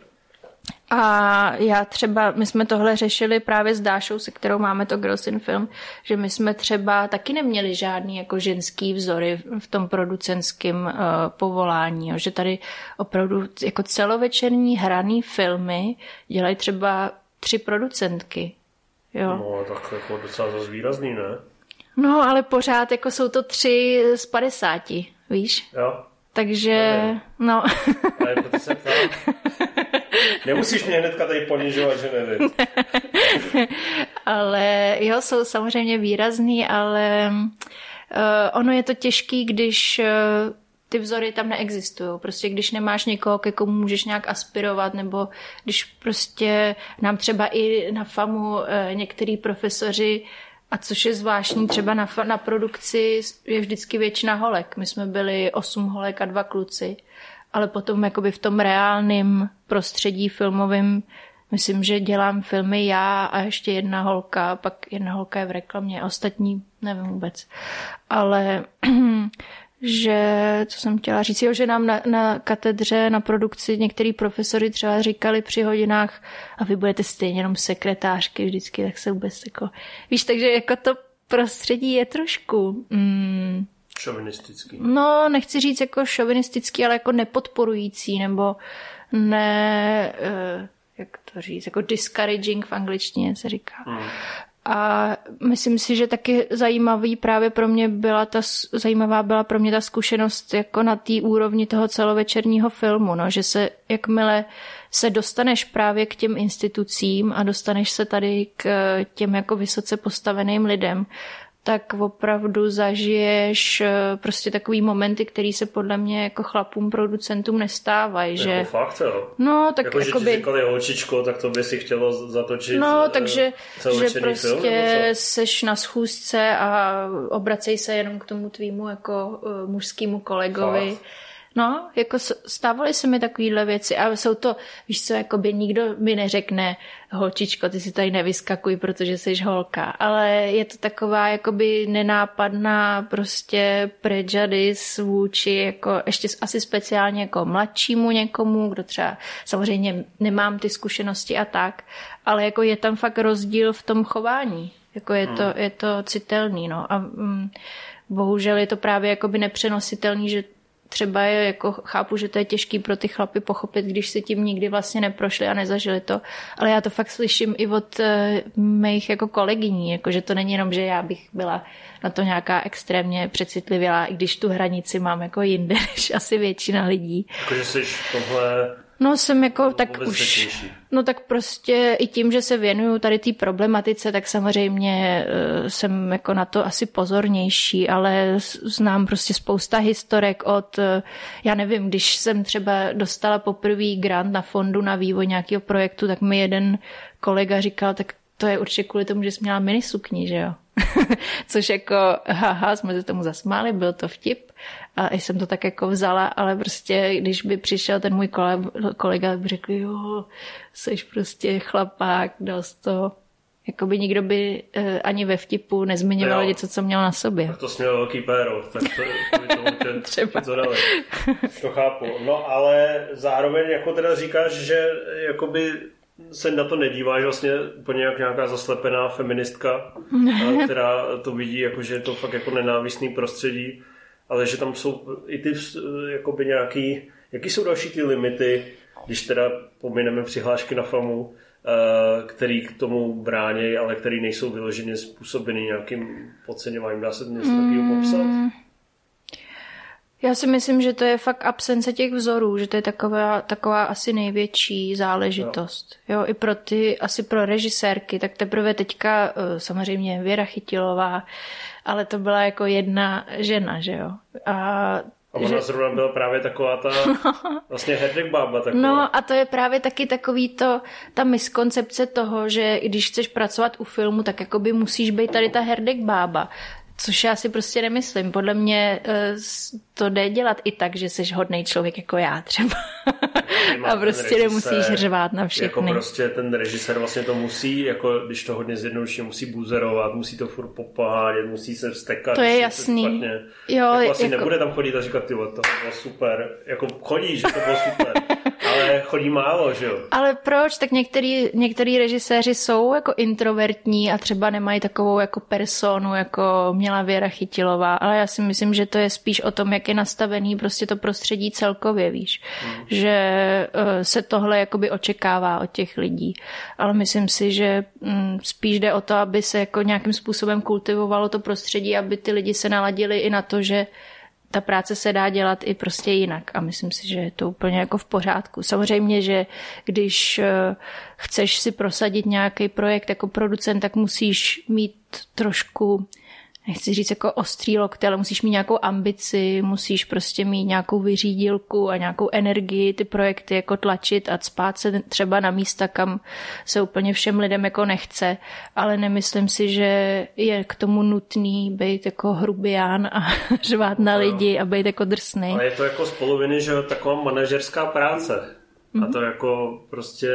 A já třeba, my jsme tohle řešili právě s Dášou, se kterou máme to Girls in Film, že my jsme třeba taky neměli žádný jako ženský vzory v tom producentském uh, povolání, jo. Že tady opravdu jako celovečerní hraný filmy dělají třeba tři producentky. Jo. No, tak jako docela zase výrazný, ne? No, ale pořád jako jsou to tři z padesáti, víš? Jo. Takže, nevím. No. Ale proto se ptám. Nemusíš mě hnedka tady ponižovat, že nevím. Ale jo, jsou samozřejmě výrazný, ale uh, ono je to těžký, když uh, ty vzory tam neexistují. Prostě když nemáš někoho, ke komu můžeš nějak aspirovat, nebo když prostě nám třeba i na famu uh, některý profesoři, a což je zvláštní, třeba na, na produkci je vždycky většina holek. My jsme byli osm holek a dva kluci. Ale potom jakoby v tom reálném prostředí filmovém, myslím, že dělám filmy já a ještě jedna holka, pak jedna holka je v reklamě, ostatní nevím vůbec. Ale že, co jsem chtěla říct, jo, že nám na, na katedře, na produkci některý profesory třeba říkali při hodinách a vy budete stejně jenom sekretářky vždycky, tak se vůbec jako, víš, takže jako to prostředí je trošku... Mm, šovinistický. No, nechci říct jako šovinistický, ale jako nepodporující, nebo ne, jak to říct, jako discouraging v angličtině se říká. Hmm. A myslím si, že taky zajímavý právě pro mě byla ta, zajímavá byla pro mě ta zkušenost jako na té úrovni toho celovečerního filmu, no, že se, jakmile se dostaneš právě k těm institucím a dostaneš se tady k těm jako vysoce postaveným lidem, tak opravdu zažiješ prostě takový momenty, který se podle mě jako chlapům, producentům nestávají. Jako že... fakt, jo? No, tak jako, jakoby... že ti říkali holčičko, tak to by si chtělo zatočit. No, takže že prostě film, seš na schůzce a obracej se jenom k tomu tvýmu jako uh, mužskému kolegovi. Fakt? No, jako stávaly se mi takovýhle věci a jsou to, víš co, jakoby nikdo mi neřekne, holčičko, ty si tady nevyskakuj, protože jsi holka, ale je to taková jakoby nenápadná prostě prejudice vůči jako ještě asi speciálně jako mladšímu někomu, kdo třeba samozřejmě nemám ty zkušenosti a tak, ale jako je tam fakt rozdíl v tom chování, jako je to, je to citelný, no a mm, bohužel je to právě jakoby nepřenositelný, že třeba je, jako chápu, že to je těžký pro ty chlapy pochopit, když si tím nikdy vlastně neprošli a nezažili to, ale já to fakt slyším i od uh, mých jako kolegyní, jako že to není jenom, že já bych byla na to nějaká extrémně přecitlivělá, i když tu hranici mám jako jinde, než asi většina lidí. Jakože jsi tohle... No jsem jako tak už, no tak prostě i tím, že se věnuju tady té problematice, tak samozřejmě uh, jsem jako na to asi pozornější, ale znám prostě spousta historek od, uh, já nevím, když jsem třeba dostala poprvý grant na fondu na vývoj nějakého projektu, tak mi jeden kolega říkal, tak to je určitě kvůli tomu, že jsi měla minisukni, že jo? Což jako, haha, jsme se tomu zasmáli, byl to vtip. A jsem to tak jako vzala, ale prostě, když by přišel ten můj kolega, kolega by řekl, jo, seš prostě chlapák, dal jsi to. Jakoby nikdo by eh, ani ve vtipu nezmiňoval něco, co měl na sobě. Tak to jsi měl velký péro, tak to, to, to, to, Třeba. to dali. To chápu. No ale zároveň jako teda říkáš, že jakoby se na to nedíváš vlastně úplně jak nějaká zaslepená feministka, která to vidí jako, že je to fakt jako nenávistný prostředí, ale že tam jsou i ty jakoby nějaký, jaký jsou další ty limity, když teda pomineme přihlášky na FAMu, který k tomu bránějí, ale který nejsou vyloženě způsobeny nějakým podceňováním. Dá se to něco takového popsat? Já si myslím, že to je fakt absence těch vzorů, že to je taková, taková asi největší záležitost. Jo. Jo, i pro ty, asi pro režisérky, tak teprve teďka samozřejmě Věra Chytilová, ale to byla jako jedna žena, že jo. A A ona že... zrovna byla právě taková ta vlastně herdek bába. Taková. No a to je právě taky takový to, ta miskoncepce toho, že když chceš pracovat u filmu, tak jakoby musíš být tady ta herdek bába. Což já si prostě nemyslím. Podle mě to jde dělat i tak, že jsi hodnej člověk jako já třeba. A prostě nemusíš řvát na všechny. Jako prostě ten režisér vlastně to musí, jako když to hodně zjednodušně, musí buzerovat, musí to furt popohádět, musí se vztekat. To je jasný. Jo, jako asi jako... nebude tam chodit a říkat, ty to bylo super. Jako chodí, že to bylo super. Ale chodí málo, že jo? Ale proč? Tak některý, některý režiséři jsou jako introvertní a třeba nemají takovou jako personu, jako měla Věra Chytilová, ale já si myslím, že to je spíš o tom, jak je nastavený prostě to prostředí celkově, víš. Mm. Že uh, se tohle jakoby očekává od těch lidí. Ale myslím si, že um, spíš jde o to, aby se jako nějakým způsobem kultivovalo to prostředí, aby ty lidi se naladili i na to, že ta práce se dá dělat i prostě jinak a myslím si, že je to úplně jako v pořádku. Samozřejmě, že když chceš si prosadit nějaký projekt jako producent, tak musíš mít trošku, nechci říct jako ostrý lokty, ale musíš mít nějakou ambici, musíš prostě mít nějakou vyřídilku a nějakou energii ty projekty jako tlačit a cpát se třeba na místa, kam se úplně všem lidem jako nechce, ale nemyslím si, že je k tomu nutný být jako hrubián a řvát na lidi a být jako drsnej. Ale je to jako z poloviny, že taková manažerská práce. Mm-hmm. A to jako prostě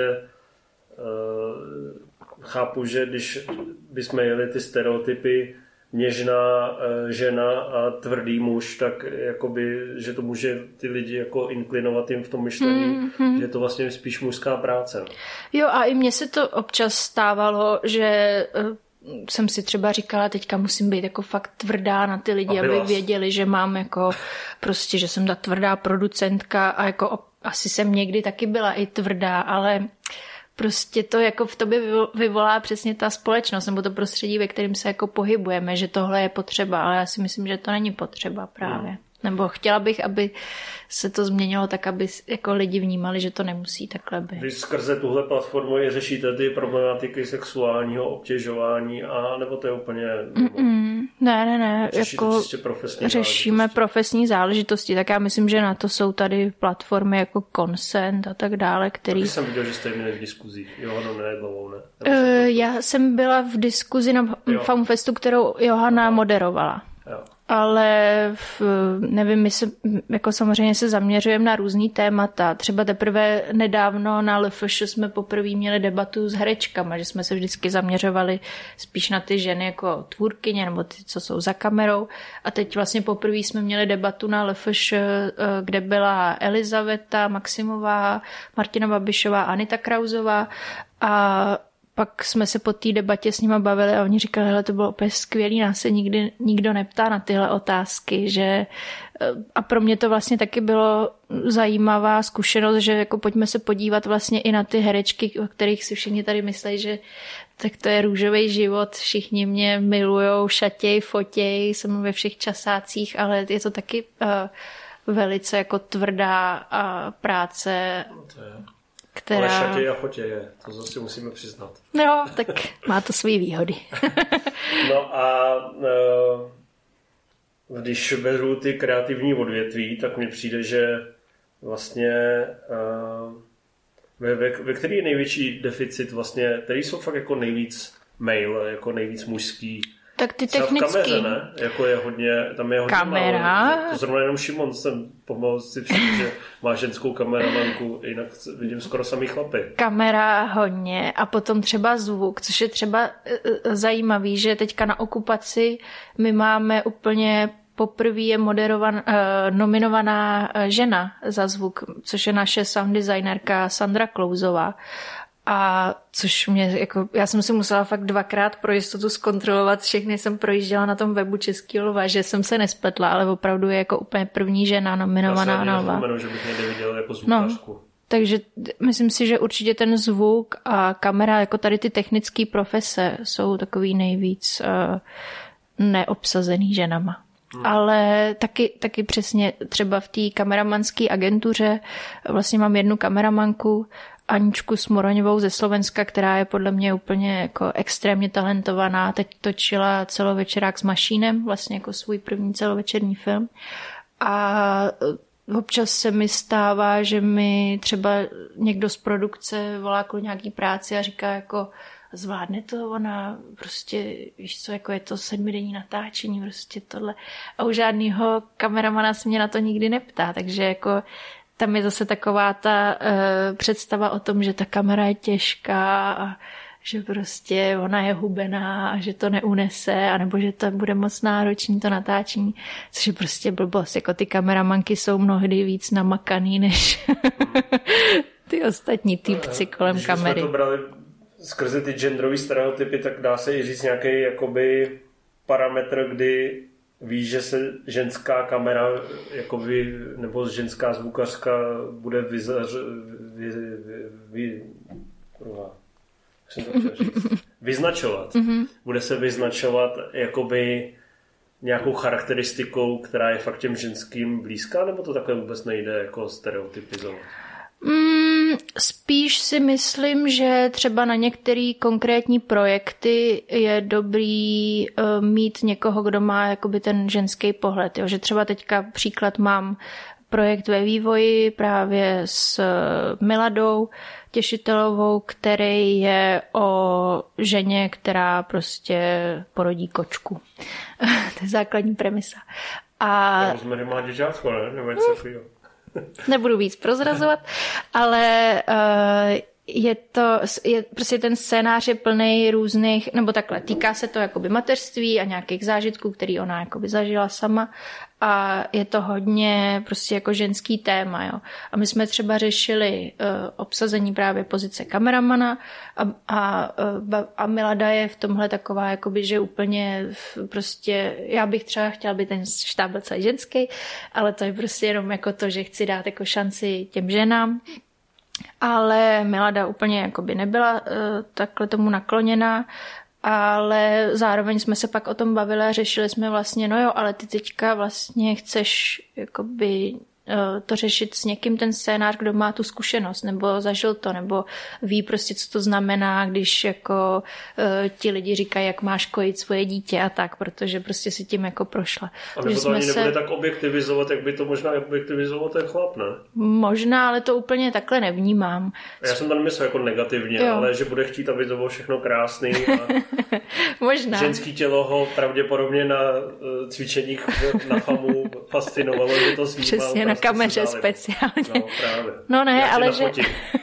uh, chápu, že když bychom jeli ty stereotypy něžná žena a tvrdý muž, tak jakoby, že to může ty lidi jako inklinovat jim v tom myšlení, mm-hmm. že je to vlastně spíš mužská práce. Jo a i mně se to občas stávalo, že jsem si třeba říkala, teďka musím být jako fakt tvrdá na ty lidi, aby, aby věděli, že mám jako prostě, že jsem ta tvrdá producentka a jako asi jsem někdy taky byla i tvrdá, ale prostě to jako v tobě vyvolá přesně ta společnost nebo to prostředí, ve kterém se jako pohybujeme, že tohle je potřeba, ale já si myslím, že to není potřeba právě. No. Nebo chtěla bych, aby se to změnilo tak, aby jako lidi vnímali, že to nemusí takhle být. Vy skrze tuhle platformu i řešíte ty problematiky sexuálního obtěžování a nebo to je úplně... Ne, ne, ne. Jako profesní řešíme záležitosti. profesní záležitosti, tak já myslím, že na to jsou tady platformy jako Consent a tak dále, který... Taky jsem viděl, že jste měli v diskuzích. Johanu Nejedlovou, ne? Uh, já jsem byla v diskuzi na FAMFestu, kterou Johana moderovala. Jo. Ale v, nevím, my se, jako samozřejmě se zaměřujeme na různý témata. Třeba teprve nedávno na L F Š jsme poprvé měli debatu s herečkama, že jsme se vždycky zaměřovali spíš na ty ženy jako tvůrkyně nebo ty, co jsou za kamerou. A teď vlastně poprvé jsme měli debatu na L F Š, kde byla Elizaveta Maximová, Martina Babišová, Anita Krauzová a pak jsme se po té debatě s nima bavili a oni říkali, hele, to bylo úplně skvělý, nás se nikdy nikdo neptá na tyhle otázky, že a pro mě to vlastně taky bylo zajímavá zkušenost, že jako pojďme se podívat vlastně i na ty herečky, o kterých si všichni tady myslí, že tak to je růžový život, všichni mě milujou, šatěj, fotěj, jsem ve všech časácích, ale je to taky uh, velice jako tvrdá uh, práce. To je. Která... Ale šatě a fotě je, to zase musíme přiznat. No, tak má to své výhody. No a uh, když beru ty kreativní odvětví, tak mi přijde, že vlastně uh, ve, ve, ve který je největší deficit vlastně, který jsou fakt jako nejvíc mail, jako nejvíc mužský, Tak ty technický. Třeba v kameře, ne? Jako je hodně, tam je hodně kamera. Málo. To zrovna jenom Šimon jsem pomalu si všiml, že má ženskou kameramanku, jinak vidím skoro samý chlapy. Kamera hodně a potom třeba zvuk, což je třeba zajímavý, že teďka na Okupaci my máme úplně poprvé je moderovan, nominovaná žena za zvuk, což je naše sound designerka Sandra Klouzová. A což mě, jako, já jsem si musela fakt dvakrát pro jistotu zkontrolovat, všechny jsem projížděla na tom webu Českého lva, že jsem se nespletla, ale opravdu je jako úplně první žena nominovaná na lva. Já že bych někde viděl jako zvukařku. No, takže myslím si, že určitě ten zvuk a kamera, jako tady ty technické profese jsou takový nejvíc uh, neobsazený ženama. Hmm. Ale taky, taky přesně třeba v té kameramanské agentuře vlastně mám jednu kameramanku, Aničku Smoroňovou ze Slovenska, která je podle mě úplně jako extrémně talentovaná. Teď točila celovečerák s Mašínem, vlastně jako svůj první celovečerní film. A občas se mi stává, že mi třeba někdo z produkce volá kvůli nějaký práci a říká jako zvládne to ona, prostě víš co, jako je to sedmidenní natáčení, prostě tohle. A u žádného kameramana se mě na to nikdy neptá, takže jako tam je zase taková ta uh, představa o tom, že ta kamera je těžká a že prostě ona je hubená a že to neunese, anebo že to bude moc náročný to natáčení, což je prostě blbost. Jako ty kameramanky jsou mnohdy víc namakaný než ty ostatní týpci kolem Když kamery. Když jsme to brali skrze ty genderový stereotypy, tak dá se i říct nějaký jakoby parametr, kdy víš, že se ženská kamera jakoby, nebo ženská zvukařka bude vyzař, vy, vy, vy, vy, vyznačovat. Mm-hmm. Bude se vyznačovat jakoby nějakou charakteristikou, která je fakt těm ženským blízká, nebo to takhle vůbec nejde jako stereotypizovat? Mm, spíš si myslím, že třeba na některé konkrétní projekty je dobrý uh, mít někoho, kdo má jakoby ten ženský pohled. Jo? Že třeba teďka příklad mám projekt ve vývoji právě s uh, Miladou Těšitelovou, který je o ženě, která prostě porodí kočku. To je základní premisa. A... Rozměry má děťátko, ne? Nebo něco takového. Nebudu víc prozrazovat, ale uh, je to, je, prostě ten scénář je plný různých, nebo takhle, týká se to jakoby mateřství a nějakých zážitků, který ona jakoby zažila sama a je to hodně prostě jako ženský téma, jo. A my jsme třeba řešili uh, obsazení právě pozice kameramana a, a, a Milada je v tomhle taková, jakoby, že úplně prostě, já bych třeba chtěla, aby ten štáb byl celý ženský, ale to je prostě jenom jako to, že chci dát jako šanci těm ženám. Ale Milada úplně jakoby nebyla uh, takhle tomu nakloněná, ale zároveň jsme se pak o tom bavili a řešili jsme vlastně, no jo, ale ty teďka vlastně chceš jakoby to řešit s někým ten scénář, kdo má tu zkušenost, nebo zažil to, nebo ví prostě, co to znamená, když jako uh, ti lidi říkají, jak máš kojit svoje dítě a tak, protože prostě si tím jako prošla. A nebo to ani se... nebude tak objektivizovat, jak by to možná objektivizoval ten chlap, ne? Možná, ale to úplně takhle nevnímám. Já jsem to nemyslel jako negativně, jo. Ale že bude chtít, aby to bylo všechno krásný a možná. Ženský tělo ho pravděpodobně na uh, cvičeních na famu fascinovalo, že to snímal. Přesně, na kameře speciálně. No právě. No ne, já ale že...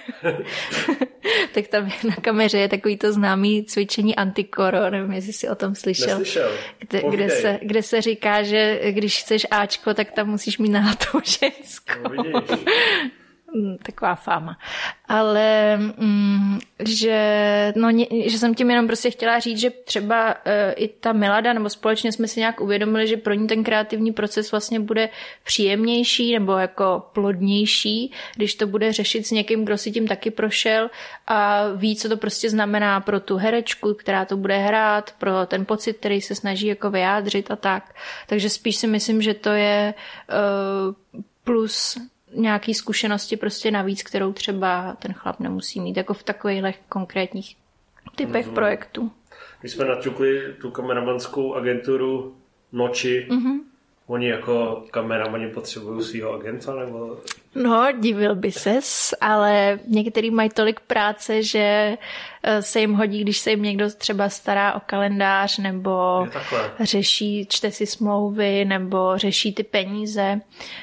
Tak tam na kameře je takový to známý cvičení antikoro, nevím, jestli jsi o tom slyšel. Neslyšel. Kde, kde, se, kde se říká, že když chceš áčko, tak tam musíš mít nahnatou ženskou. No vidíš. Taková fáma. Ale mm, že, no, že jsem tím jenom prostě chtěla říct, že třeba uh, i ta Milada, nebo společně jsme si nějak uvědomili, že pro ní ten kreativní proces vlastně bude příjemnější nebo jako plodnější, když to bude řešit s někým, kdo si tím taky prošel a ví, co to prostě znamená pro tu herečku, která to bude hrát, pro ten pocit, který se snaží jako vyjádřit a tak. Takže spíš si myslím, že to je uh, plus nějaký zkušenosti prostě navíc, kterou třeba ten chlap nemusí mít, jako v takových konkrétních typech Rozumím. projektů. My jsme naťukli tu kameramanskou agenturu Noči, mm-hmm. Oni jako kameramani potřebují svýho agenta, nebo... No, divil by ses, ale některý mají tolik práce, že se jim hodí, když se jim někdo třeba stará o kalendář, nebo řeší, čte si smlouvy, nebo řeší ty peníze.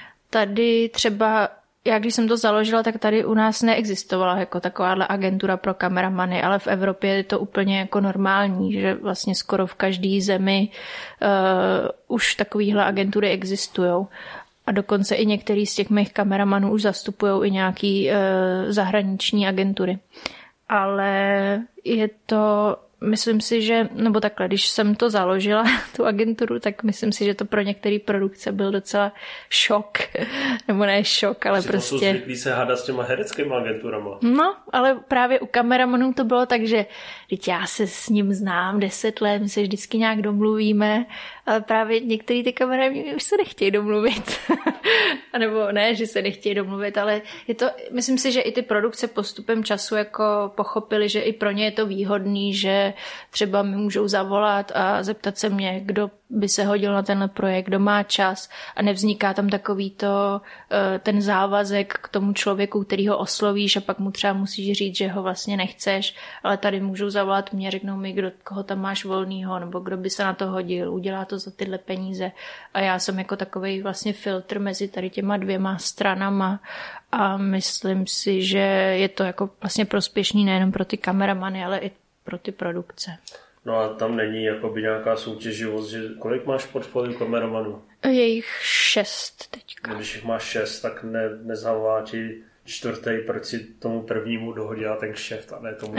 Tady třeba, já když jsem to založila, tak tady u nás neexistovala jako takováhle agentura pro kameramany, ale v Evropě je to úplně jako normální, že vlastně skoro v každé zemi uh, už takovýhle agentury existujou. A dokonce i některý z těch mých kameramanů už zastupují i nějaký uh, zahraniční agentury. Ale je to... Myslím si, že, nebo takhle, když jsem to založila, tu agenturu, tak myslím si, že to pro některé produkce byl docela šok. Nebo ne šok, ale Jsi prostě... Jsi zvyklý se hádat s těma hereckými agenturama. No, ale právě u kameramanů to bylo tak, že teď já se s ním znám deset let, my se vždycky nějak domluvíme, ale právě některý ty kameramani už se nechtějí domluvit. A nebo ne, že se nechtějí domluvit, ale je to, myslím si, že i ty produkce postupem času jako pochopili, že i pro ně je to výhodný, že třeba mi můžou zavolat a zeptat se mě, kdo by se hodil na tenhle projekt, kdo má čas a nevzniká tam takový to, ten závazek k tomu člověku, který ho oslovíš a pak mu třeba musíš říct, že ho vlastně nechceš, ale tady můžou zavolat mě, řeknou mi, kdo, koho tam máš volnýho, nebo kdo by se na to hodil, udělá to za tyhle peníze a já jsem jako takovej vlastně filtr mezi tady těma dvěma stranama a myslím si, že je to jako vlastně prospěšný nejenom pro ty kameramany, ale i pro ty produkce. No a tam není jakoby nějaká soutěživost, že kolik máš v portfoliu kameramanů? Je jich šest teďka. Když jich máš šest, tak ne, nezavolá ti čtvrtý, proč si tomu prvnímu dohodila ten kšeft a ne tomu.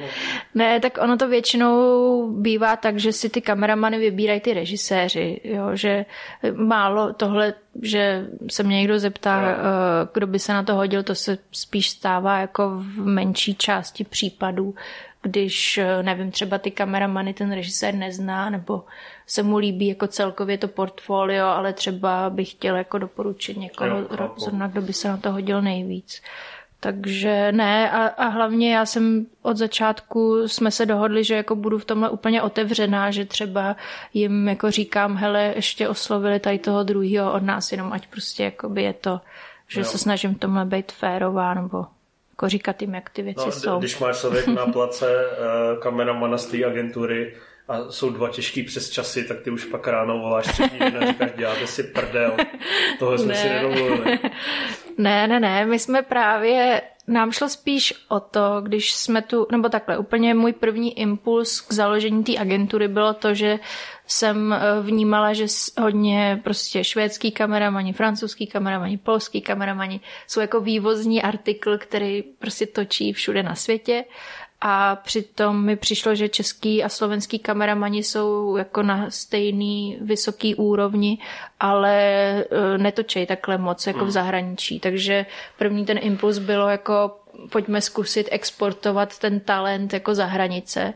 Ne, tak ono to většinou bývá tak, že si ty kameramany vybírají ty režiséři, jo, že málo tohle, že se mě někdo zeptá, no. Kdo by se na to hodil, to se spíš stává jako v menší části případů, když, nevím, třeba ty kameramany ten režisér nezná, nebo se mu líbí jako celkově to portfolio, ale třeba bych chtěl jako doporučit někoho, zrovna kdo by se na to hodil nejvíc. Takže ne a, a hlavně já jsem od začátku jsme se dohodli, že jako budu v tomhle úplně otevřená, že třeba jim jako říkám, hele, ještě oslovili tady toho druhýho od nás, jenom ať prostě jakoby je to, že jo. Se snažím v tomhle být férová, nebo jako říkat jim, jak ty věci no, jsou. Když máš člověk na place uh, kameramana z té agentury a jsou dva těžký přes časy, tak ty už pak ráno voláš třetí den a říkáš, děláte si prdel. Tohle jsme ne. si nedomluvili. Ne, ne, ne, my jsme právě, nám šlo spíš o to, když jsme tu, nebo takhle, úplně můj první impuls k založení té agentury bylo to, že jsem vnímala, že hodně prostě švédský kameramani, francouzský kameramani, polský kameramani jsou jako vývozní artikl, který prostě točí všude na světě. A přitom mi přišlo, že český a slovenský kameramani jsou jako na stejný vysoký úrovni, ale netočej takhle moc jako v zahraničí. Takže první ten impuls bylo jako pojďme zkusit exportovat ten talent jako za hranice.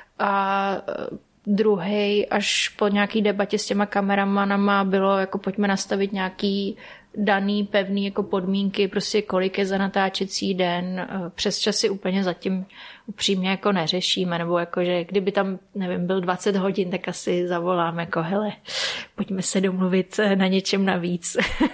A druhý až po nějaký debatě s těma kameramanama bylo jako pojďme nastavit nějaký daný pevný jako podmínky, prostě kolik je za natáčecí den, přes časy úplně zatím upřímně jako neřešíme, nebo jako, že kdyby tam, nevím, byl dvacet hodin, tak asi zavolám jako, hele, pojďme se domluvit na něčem navíc.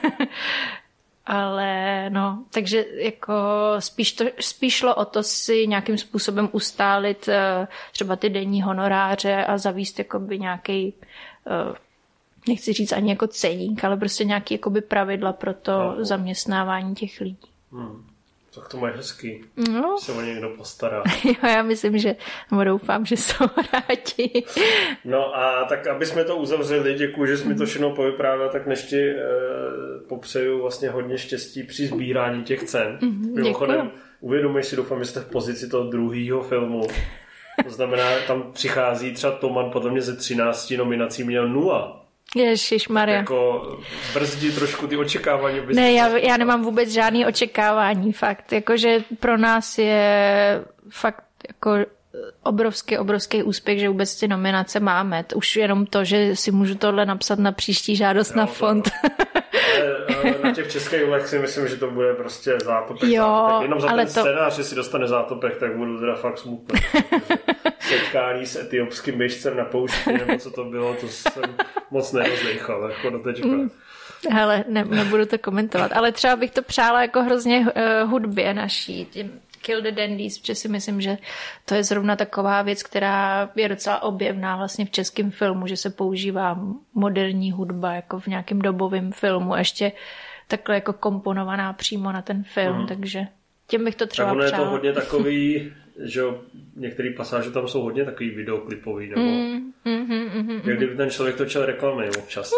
Ale no, takže jako spíš, to, spíš šlo o to si nějakým způsobem ustálit třeba ty denní honoráře a zavíst jakoby nějaký, nechci říct ani jako ceník, ale prostě nějaký jakoby pravidla pro to no. zaměstnávání těch lidí. Hmm. Tak to mají hezký. No. Se o někdo postará. Jo, já myslím, že, nebo doufám, že jsou rádi. No a tak, aby jsme to uzavřeli, děkuji, že jsi mi to všechno povyprávěl, tak než ti eh, popřeju vlastně hodně štěstí při sbírání těch cen. Mimochodem, uvědomuji si, doufám, že jste v pozici toho druhého filmu. To znamená, tam přichází třeba Toman, podle mě ze třinácti nominací měl nula. Ježišmarja. Jako brzdí trošku ty očekávání. Ne, já, já nemám vůbec žádný očekávání, fakt. Jakože pro nás je fakt jako obrovský, obrovský úspěch, že vůbec ty nominace máme. Už jenom to, že si můžu tohle napsat na příští žádost jo, na fond. Ale na těch českých vlech si myslím, že to bude prostě zátopek. Jo, zátopek. Jenom za ale ten to... scénář, jestli dostane zátopek, tak budu teda fakt smutný. Setkání s etiopským běžcem na poušti, nebo co to bylo, to jsem moc nerozlejchal, jako do teďka. Mm. Hele, ne, nebudu to komentovat, ale třeba bych to přála jako hrozně uh, hudbě naší, tím Kill the Dandies, protože si myslím, že to je zrovna taková věc, která je docela objevná vlastně v českém filmu, že se používá moderní hudba jako v nějakém dobovém filmu a ještě takhle jako komponovaná přímo na ten film, mm. takže tím bych to třeba tak přála. Tak ono je to hodně takový, že některé pasáže tam jsou hodně takový videoklipový, nebo mm, mm, mm, mm, jak kdyby ten člověk točil reklamy občas.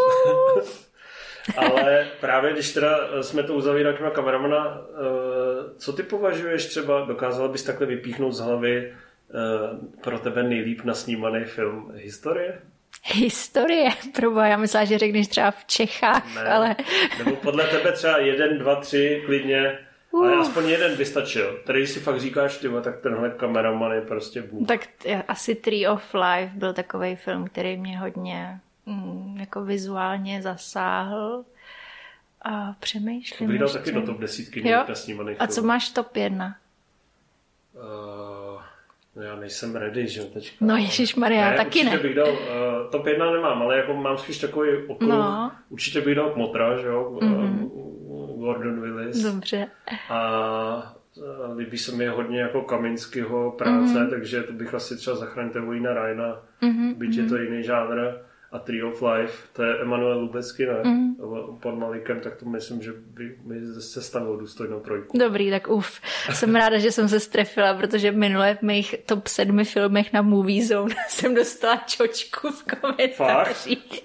Ale právě když teda jsme to uzavírali těma kameramana, co ty považuješ třeba, dokázala bys takhle vypíchnout z hlavy pro tebe nejlíp nasnímaný film historie? Historie? Proboha, já myslela, že řekneš třeba v Čechách, ne, ale... Nebo podle tebe třeba jeden, dva, tři, klidně, uh. ale aspoň jeden by stačil. Tady si fakt říkáš, tyba, tak tenhle kameraman je prostě bůh. Tak asi Tree of Life byl takovej film, který mě hodně... jako vizuálně zasáhl a přemýšlím. To bych dal taky do top desítky nejlépe snímaných. A co máš top jedna? Uh, no já nejsem ready, že teďka. No ježišmarja, ne, taky ne. Bych dal, uh, top jedna nemám, ale jako mám spíš takový okruh. No. Určitě bych dal Kmotra, že jo? Mm-hmm. Gordon Willis. Dobře. A líbí se mi hodně jako Kaminského práce, mm-hmm. takže to bych asi třeba Zachraňte vojína Ryana, mm-hmm. byť je to jiný žánr. A Tree of Life, to je Emanuel Lubecký, ne? Mm. Pod Malikem, tak to myslím, že by mi se stanul důstojnou trojku. Dobrý, tak uf. Jsem ráda, že jsem se strefila, protože minule v mých top sedmi filmech na Movie Zone jsem dostala čočku v komentářích.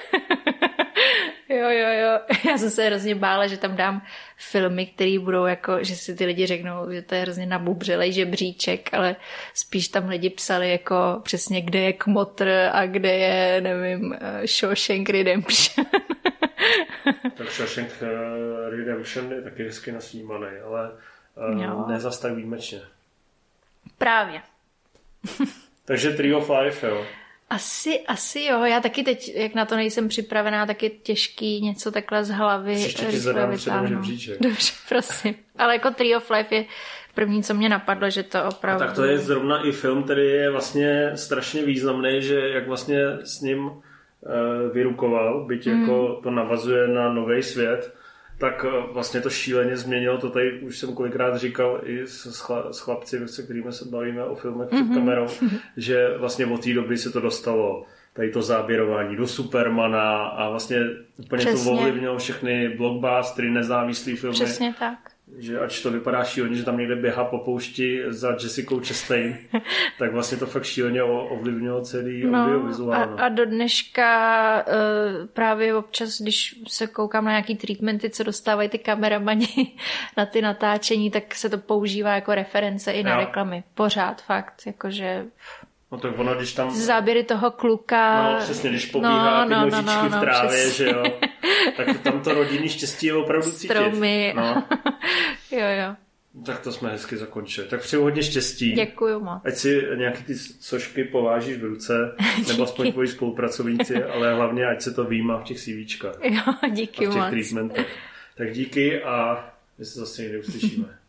Jo, jo, jo. Já jsem se hrozně bála, že tam dám filmy, které budou jako, že si ty lidi řeknou, že to je hrozně nabubřelej žebříček, ale spíš tam lidi psali jako přesně, kde je Kmotr a kde je, nevím, Shawshank Redemption. Tak Shawshank Redemption je taky hezky nasnímaný, ale uh, ne zas tak výjimečně. Právě. Takže Tree of Life, jo. Asi, asi jo, já taky teď, jak na to nejsem připravená, tak je těžký něco takhle z hlavy. Příště ti zadám předem žebříček. Dobře, prosím. Ale jako Tree of Life je první, co mě napadlo, že to opravdu... A tak to je zrovna i film, který je vlastně strašně významný, že jak vlastně s ním uh, vyrukoval, byť mm. jako to navazuje na nový svět, tak vlastně to šíleně změnilo, to tady už jsem kolikrát říkal i s, chla, s chlapci, se kterými se bavíme o filmech před mm-hmm. kamerou, že vlastně od té doby se to dostalo, tady to záběrování do Supermana a vlastně úplně Přesně. to ovlivnilo všechny blockbustery, nezávislý filmy. Přesně tak. Že ač to vypadá šíleně, že tam někde běhá po poušti za Jessicou Chastain, tak vlastně to fakt šíleně ovlivnilo celý no, audiovizuál. A, a do dneška uh, právě občas, když se koukám na nějaký treatmenty, co dostávají ty kameramani na ty natáčení, tak se to používá jako reference i na jo. reklamy. Pořád fakt, jakože... No tak ono, když tam... Záběry toho kluka... No přesně, když pobíhá no, ty no, nožičky no, no, v no, trávě, přesně. že jo. Tak tam to rodinný štěstí je opravdu cítit. Stromy. No. jo, jo. Tak to jsme hezky zakončili. Tak přeju hodně štěstí. Děkuju moc. Ať si nějaký ty sošky povážíš v ruce, nebo aspoň tvoji spolupracovníci, ale hlavně ať se to výjímá v těch CVčkách. Jo, díky moc. A v těch moc. treatmentech. Tak díky a my se zase někdy uslyšíme.